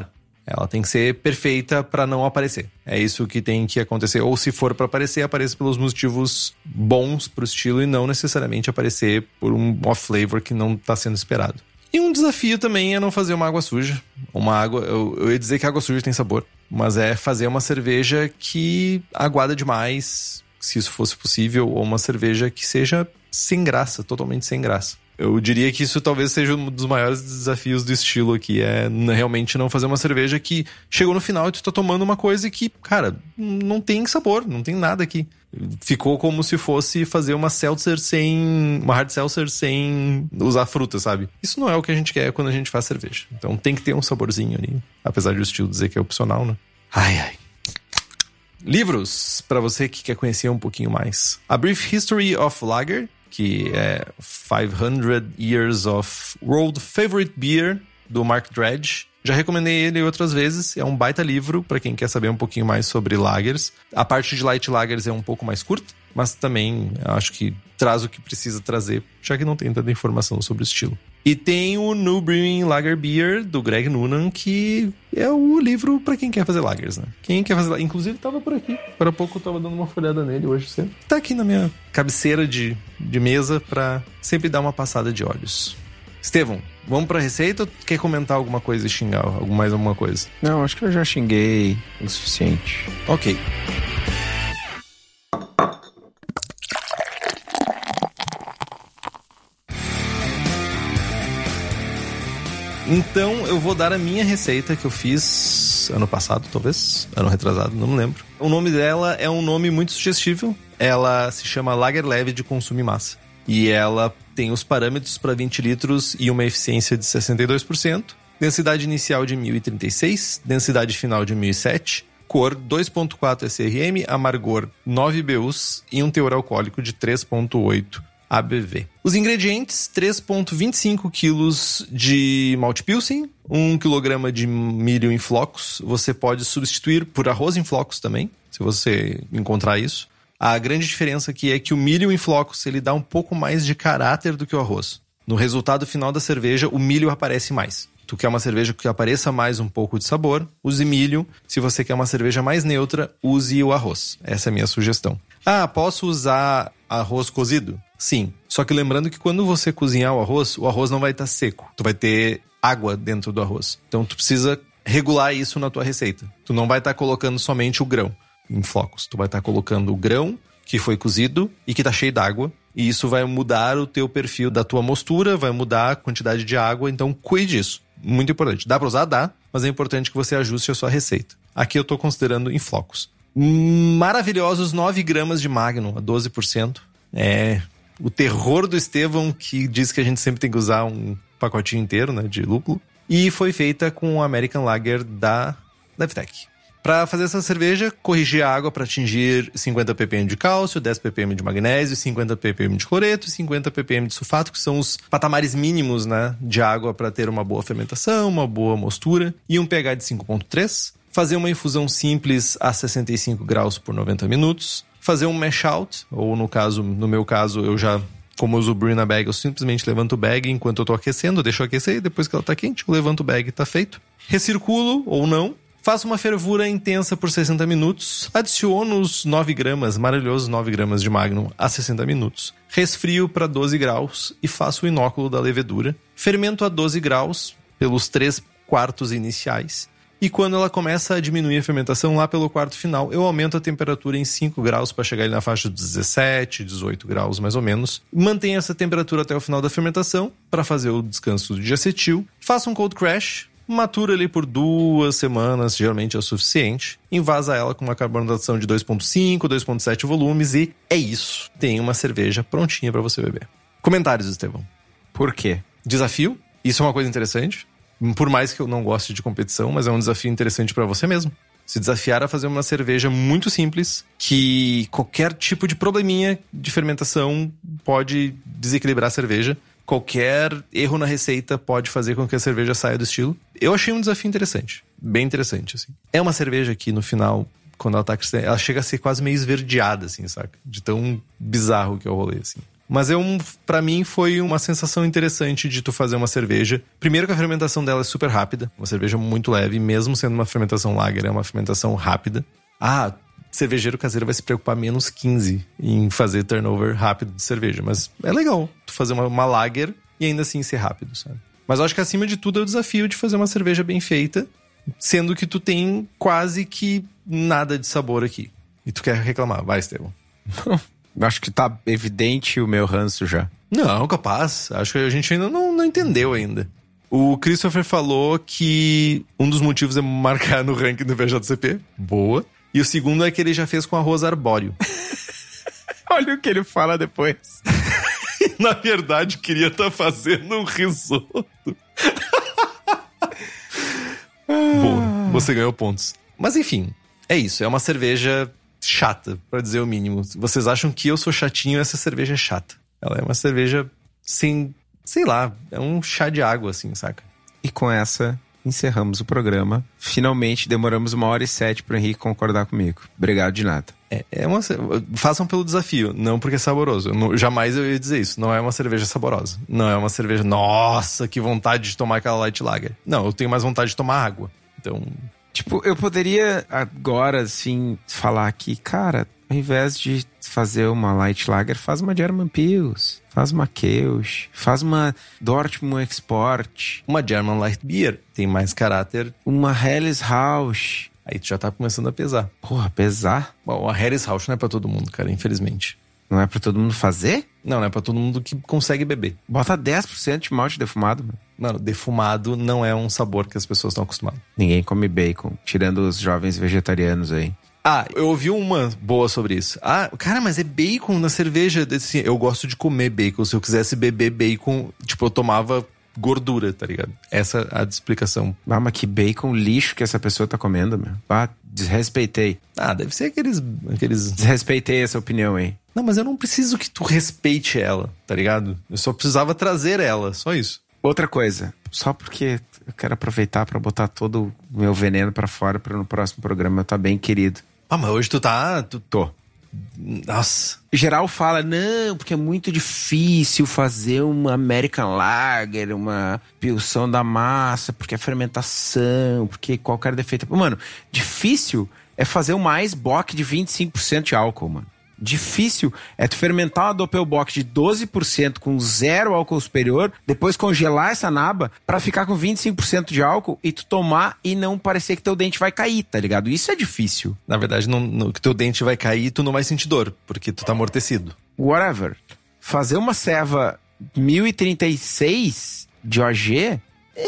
Ela tem que ser perfeita para não aparecer. É isso que tem que acontecer. Ou se for para aparecer, apareça pelos motivos bons pro estilo e não necessariamente aparecer por um off-flavor que não tá sendo esperado. E um desafio também é não fazer uma água suja. Eu ia dizer que água suja tem sabor, mas é fazer uma cerveja que aguada demais, se isso fosse possível, ou uma cerveja que seja sem graça, totalmente sem graça. Eu diria que isso talvez seja um dos maiores desafios do estilo aqui, é realmente não fazer uma cerveja que chegou no final e tu tá tomando uma coisa que, cara, não tem sabor, não tem nada aqui. Ficou como se fosse fazer uma hard seltzer sem usar fruta, sabe? Isso não é o que a gente quer quando a gente faz cerveja. Então tem que ter um saborzinho ali, apesar de o estilo dizer que é opcional, né? Ai. Livros, pra você que quer conhecer um pouquinho mais. A Brief History of Lager, que é 500 Years of World Favorite Beer, do Mark Dredge. Já recomendei ele outras vezes, é um baita livro para quem quer saber um pouquinho mais sobre lagers. A parte de light lagers é um pouco mais curta, mas também acho que traz o que precisa trazer, já que não tem tanta informação sobre o estilo. E tem o New Brewing Lager Beer, do Greg Noonan, que é o livro para quem quer fazer lagers, né? Quem quer fazer... Inclusive, tava por aqui. Agora há pouco eu tava dando uma folhada nele, hoje cedo. Tá aqui na minha cabeceira de mesa para sempre dar uma passada de olhos. Estevão, vamos pra receita ou quer comentar alguma coisa e xingar mais alguma coisa? Não, acho que eu já xinguei o suficiente. Ok. Então eu vou dar a minha receita que eu fiz ano passado, talvez, ano retrasado, não me lembro. O nome dela é um nome muito sugestivo. Ela se chama Lager Leve de Consumo em Massa. E ela tem os parâmetros para 20 litros e uma eficiência de 62%, densidade inicial de 1036, densidade final de 1007, cor 2.4 SRM, amargor 9 BUs e um teor alcoólico de 3.8 ABV. Os ingredientes: 3.25 kg de malte pilsen, 1 kg de milho em flocos. Você pode substituir por arroz em flocos também, se você encontrar isso. A grande diferença aqui é que o milho em flocos ele dá um pouco mais de caráter do que o arroz. No resultado final da cerveja, o milho aparece mais. Tu quer uma cerveja que apareça mais um pouco de sabor, use milho. Se você quer uma cerveja mais neutra, use o arroz. Essa é a minha sugestão. Ah, posso usar arroz cozido? Sim. Só que lembrando que quando você cozinhar o arroz não vai estar seco. Tu vai ter água dentro do arroz. Então tu precisa regular isso na tua receita. Tu não vai estar colocando somente o grão em flocos. Tu vai estar colocando o grão que foi cozido e que tá cheio d'água. E isso vai mudar o teu perfil da tua mostura, vai mudar a quantidade de água. Então cuide disso. Muito importante. Dá pra usar? Dá. Mas é importante que você ajuste a sua receita. Aqui eu tô considerando em flocos. Maravilhosos 9 gramas de Magnum a 12%. É o terror do Estevão, que diz que a gente sempre tem que usar um pacotinho inteiro, né, de lúpulo. E foi feita com o American Lager da DevTech. Para fazer essa cerveja, corrigir a água para atingir 50 ppm de cálcio, 10 ppm de magnésio, 50 ppm de cloreto e 50 ppm de sulfato, que são os patamares mínimos, né, de água para ter uma boa fermentação, uma boa mostura, e um pH de 5.3. Fazer uma infusão simples a 65 graus por 90 minutos. Fazer um mash out, ou no meu caso, eu já, como eu uso o brew na bag, eu simplesmente levanto o bag enquanto eu tô aquecendo, deixo aquecer, e depois que ela tá quente, eu levanto o bag e tá feito. Recirculo, ou não. Faço uma fervura intensa por 60 minutos. Adiciono os 9 gramas, maravilhosos 9 gramas de Magnum a 60 minutos. Resfrio para 12 graus e faço o inóculo da levedura. Fermento a 12 graus pelos 3/4 iniciais. E quando ela começa a diminuir a fermentação, lá pelo quarto final, eu aumento a temperatura em 5 graus para chegar ali na faixa de 17, 18 graus mais ou menos. Mantenho essa temperatura até o final da fermentação para fazer o descanso de acetil. Faço um cold crash. Matura ali por 2 semanas, geralmente é o suficiente. Envasa ela com uma carbonatação de 2.5, 2.7 volumes e é isso. Tem uma cerveja prontinha para você beber. Comentários, Estevão. Por quê? Desafio. Isso é uma coisa interessante. Por mais que eu não goste de competição, mas é um desafio interessante para você mesmo. Se desafiar a fazer uma cerveja muito simples, que qualquer tipo de probleminha de fermentação pode desequilibrar a cerveja. Qualquer erro na receita pode fazer com que a cerveja saia do estilo. Eu achei um desafio interessante. Bem interessante, assim. É uma cerveja que, no final, quando ela tá crescendo, ela chega a ser quase meio esverdeada, assim, saca? De tão bizarro que é o rolê, assim. Mas pra mim foi uma sensação interessante de tu fazer uma cerveja. Primeiro que a fermentação dela é super rápida. Uma cerveja muito leve, mesmo sendo uma fermentação lager, é uma fermentação rápida. Cervejeiro caseiro vai se preocupar menos 15 em fazer turnover rápido de cerveja. Mas é legal tu fazer uma lager e ainda assim ser rápido, sabe? Mas eu acho que acima de tudo é o desafio de fazer uma cerveja bem feita, sendo que tu tem quase que nada de sabor aqui. E tu quer reclamar. Vai, Estevão. Acho que tá evidente o meu ranço já. Não, capaz. Acho que a gente ainda não entendeu ainda. O Christopher falou que um dos motivos é marcar no ranking do BJCP. Boa. E o segundo é que ele já fez com arroz arbóreo. Olha o que ele fala depois. Na verdade, queria estar fazendo um risoto. Boa. Você ganhou pontos. Mas enfim, é isso. É uma cerveja chata, pra dizer o mínimo. Vocês acham que eu sou chatinho, essa cerveja é chata. Ela é uma cerveja sem... Sei lá, é um chá de água, assim, saca? E com essa, encerramos o programa. Finalmente, demoramos 1h07 pro Henrique concordar comigo. Obrigado de nada. Façam pelo desafio, não porque é saboroso. Jamais eu ia dizer isso. Não é uma cerveja saborosa. Não é uma cerveja, nossa, que vontade de tomar aquela light lager. Não, eu tenho mais vontade de tomar água. Então... Tipo, eu poderia agora, assim, falar aqui, cara, ao invés de fazer uma light lager, faz uma German Pils, faz uma Kölsch, faz uma Dortmund Export. Uma German Light Beer tem mais caráter. Uma Helles Rausch. Aí tu já tá começando a pesar. Porra, pesar? Bom, a Helles Rausch não é pra todo mundo, cara, infelizmente. Não é pra todo mundo fazer? Não é pra todo mundo que consegue beber. Bota 10% de malte defumado, mano. Mano, defumado não é um sabor que as pessoas estão acostumadas. Ninguém come bacon, tirando os jovens vegetarianos aí. Eu ouvi uma boa sobre isso. Cara, mas é bacon na cerveja. Assim, eu gosto de comer bacon. Se eu quisesse beber bacon, tipo, eu tomava gordura, tá ligado? Essa é a explicação. Mas que bacon lixo que essa pessoa tá comendo, meu. Desrespeitei. Deve ser aqueles... Desrespeitei essa opinião aí. Não, mas eu não preciso que tu respeite ela, tá ligado? Eu só precisava trazer ela, só isso. Outra coisa, só porque eu quero aproveitar pra botar todo o meu veneno pra fora pra no próximo programa eu tá bem querido. Mas hoje tu tá... Tô. Nossa. Geral fala, não, porque é muito difícil fazer uma American Lager, uma pilsão da massa, porque é fermentação, porque qualquer defeito... Mano, difícil é fazer uma Ice Bock de 25% de álcool, mano. Difícil é tu fermentar uma Doppelbock de 12% com 0 álcool superior, depois congelar essa naba pra ficar com 25% de álcool e tu tomar e não parecer que teu dente vai cair, tá ligado? Isso é difícil. Na verdade, que teu dente vai cair, tu não vai sentir dor, porque tu tá amortecido. Whatever. Fazer uma ceva 1036 de OG?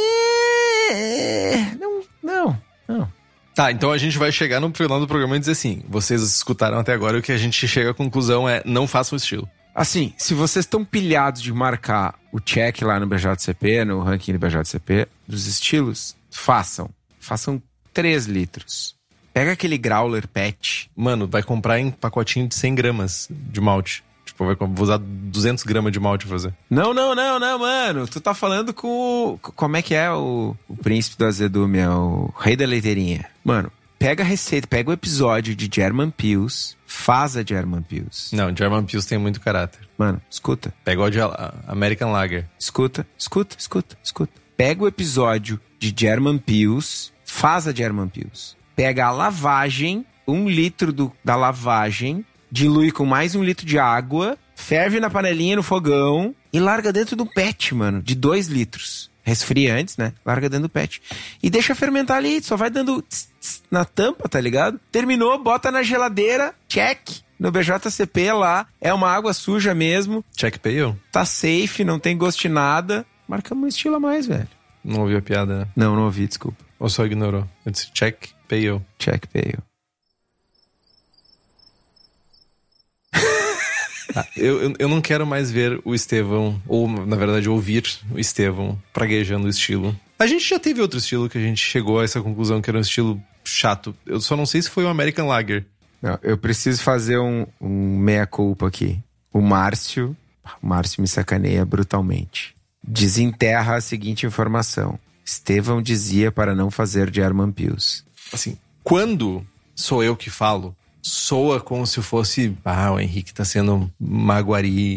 Não. Tá, então a gente vai chegar no final do programa e dizer assim, vocês escutaram até agora, o que a gente chega à conclusão é, não façam o estilo. Assim, se vocês estão pilhados de marcar o check lá no BJCP, no ranking do BJCP, dos estilos, façam 3 litros. Pega aquele growler pet. Mano, vai comprar em pacotinho de 100 gramas de malte. Tipo, vou usar 200 gramas de malte pra fazer. Não, mano. Tu tá falando com como é que é o príncipe do azedume, é o rei da leiteirinha. Mano, pega a receita, pega o episódio de German Pils, faz a German Pils. Não, German Pils tem muito caráter. Mano, escuta. Pega o de American Lager. Escuta. Pega o episódio de German Pils, faz a German Pils. Pega a lavagem, 1 litro da lavagem, dilui com mais 1 litro de água, ferve na panelinha no fogão e larga dentro do pet, mano, de 2 litros. Resfria antes, né? Larga dentro do pet. E deixa fermentar ali, só vai dando na tampa, tá ligado? Terminou, bota na geladeira, check. No BJCP lá, é uma água suja mesmo. Check pale. Tá safe, não tem gosto de nada. Marcamos um estilo a mais, velho. Não ouviu a piada, né? Não ouvi, desculpa. Ou só ignorou? Eu disse check pale. Check pale. Eu não quero mais ver o Estevão, ou na verdade ouvir o Estevão praguejando o estilo. A gente já teve outro estilo que a gente chegou a essa conclusão que era um estilo chato. Eu só não sei se foi o American Lager. Não, eu preciso fazer um meia-culpa aqui. O Márcio me sacaneia brutalmente. Desenterra a seguinte informação. Estevão dizia para não fazer German Pils. Assim, quando sou eu que falo, soa como se fosse, o Henrique tá sendo maguari,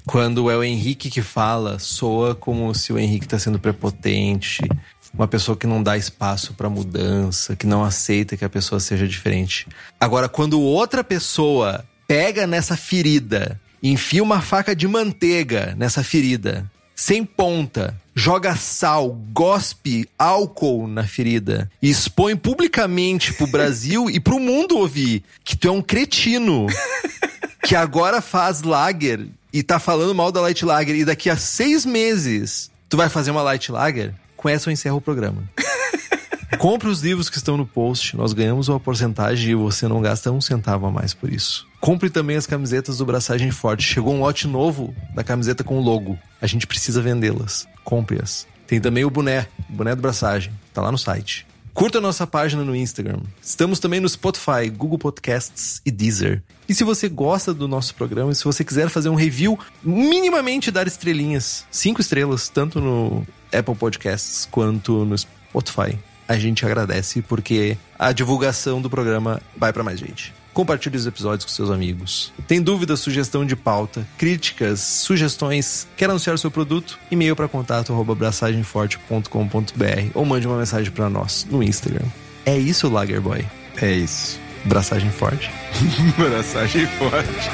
Quando é o Henrique que fala, soa como se o Henrique tá sendo prepotente, uma pessoa que não dá espaço pra mudança, que não aceita que a pessoa seja diferente. Agora, quando outra pessoa pega nessa ferida, enfia uma faca de manteiga nessa ferida, sem ponta, joga sal, gospe álcool na ferida e expõe publicamente pro Brasil e pro mundo ouvir que tu é um cretino que agora faz lager e tá falando mal da Light Lager e daqui a 6 meses tu vai fazer uma Light Lager, com essa eu encerro o programa. Compre os livros que estão no post, nós ganhamos uma porcentagem e você não gasta 1 centavo a mais por isso. Compre também as camisetas do Braçagem Forte. Chegou um lote novo da camiseta com o logo. A gente precisa vendê-las. Compre-as. Tem também o boné do Braçagem. Tá lá no site. Curta a nossa página no Instagram. Estamos também no Spotify, Google Podcasts e Deezer. E se você gosta do nosso programa, e se você quiser fazer um review, minimamente dar estrelinhas, 5 estrelas, tanto no Apple Podcasts quanto no Spotify, a gente agradece porque a divulgação do programa vai para mais gente. Compartilhe os episódios com seus amigos. Tem dúvida, sugestão de pauta, críticas, sugestões, quer anunciar o seu produto? E-mail para contato@braçagemforte.com.br ou mande uma mensagem para nós no Instagram. É isso, Lagerboy. É isso. Braçagem forte. Braçagem forte.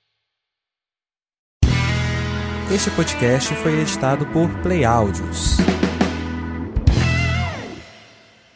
Este podcast foi editado por Play Áudios.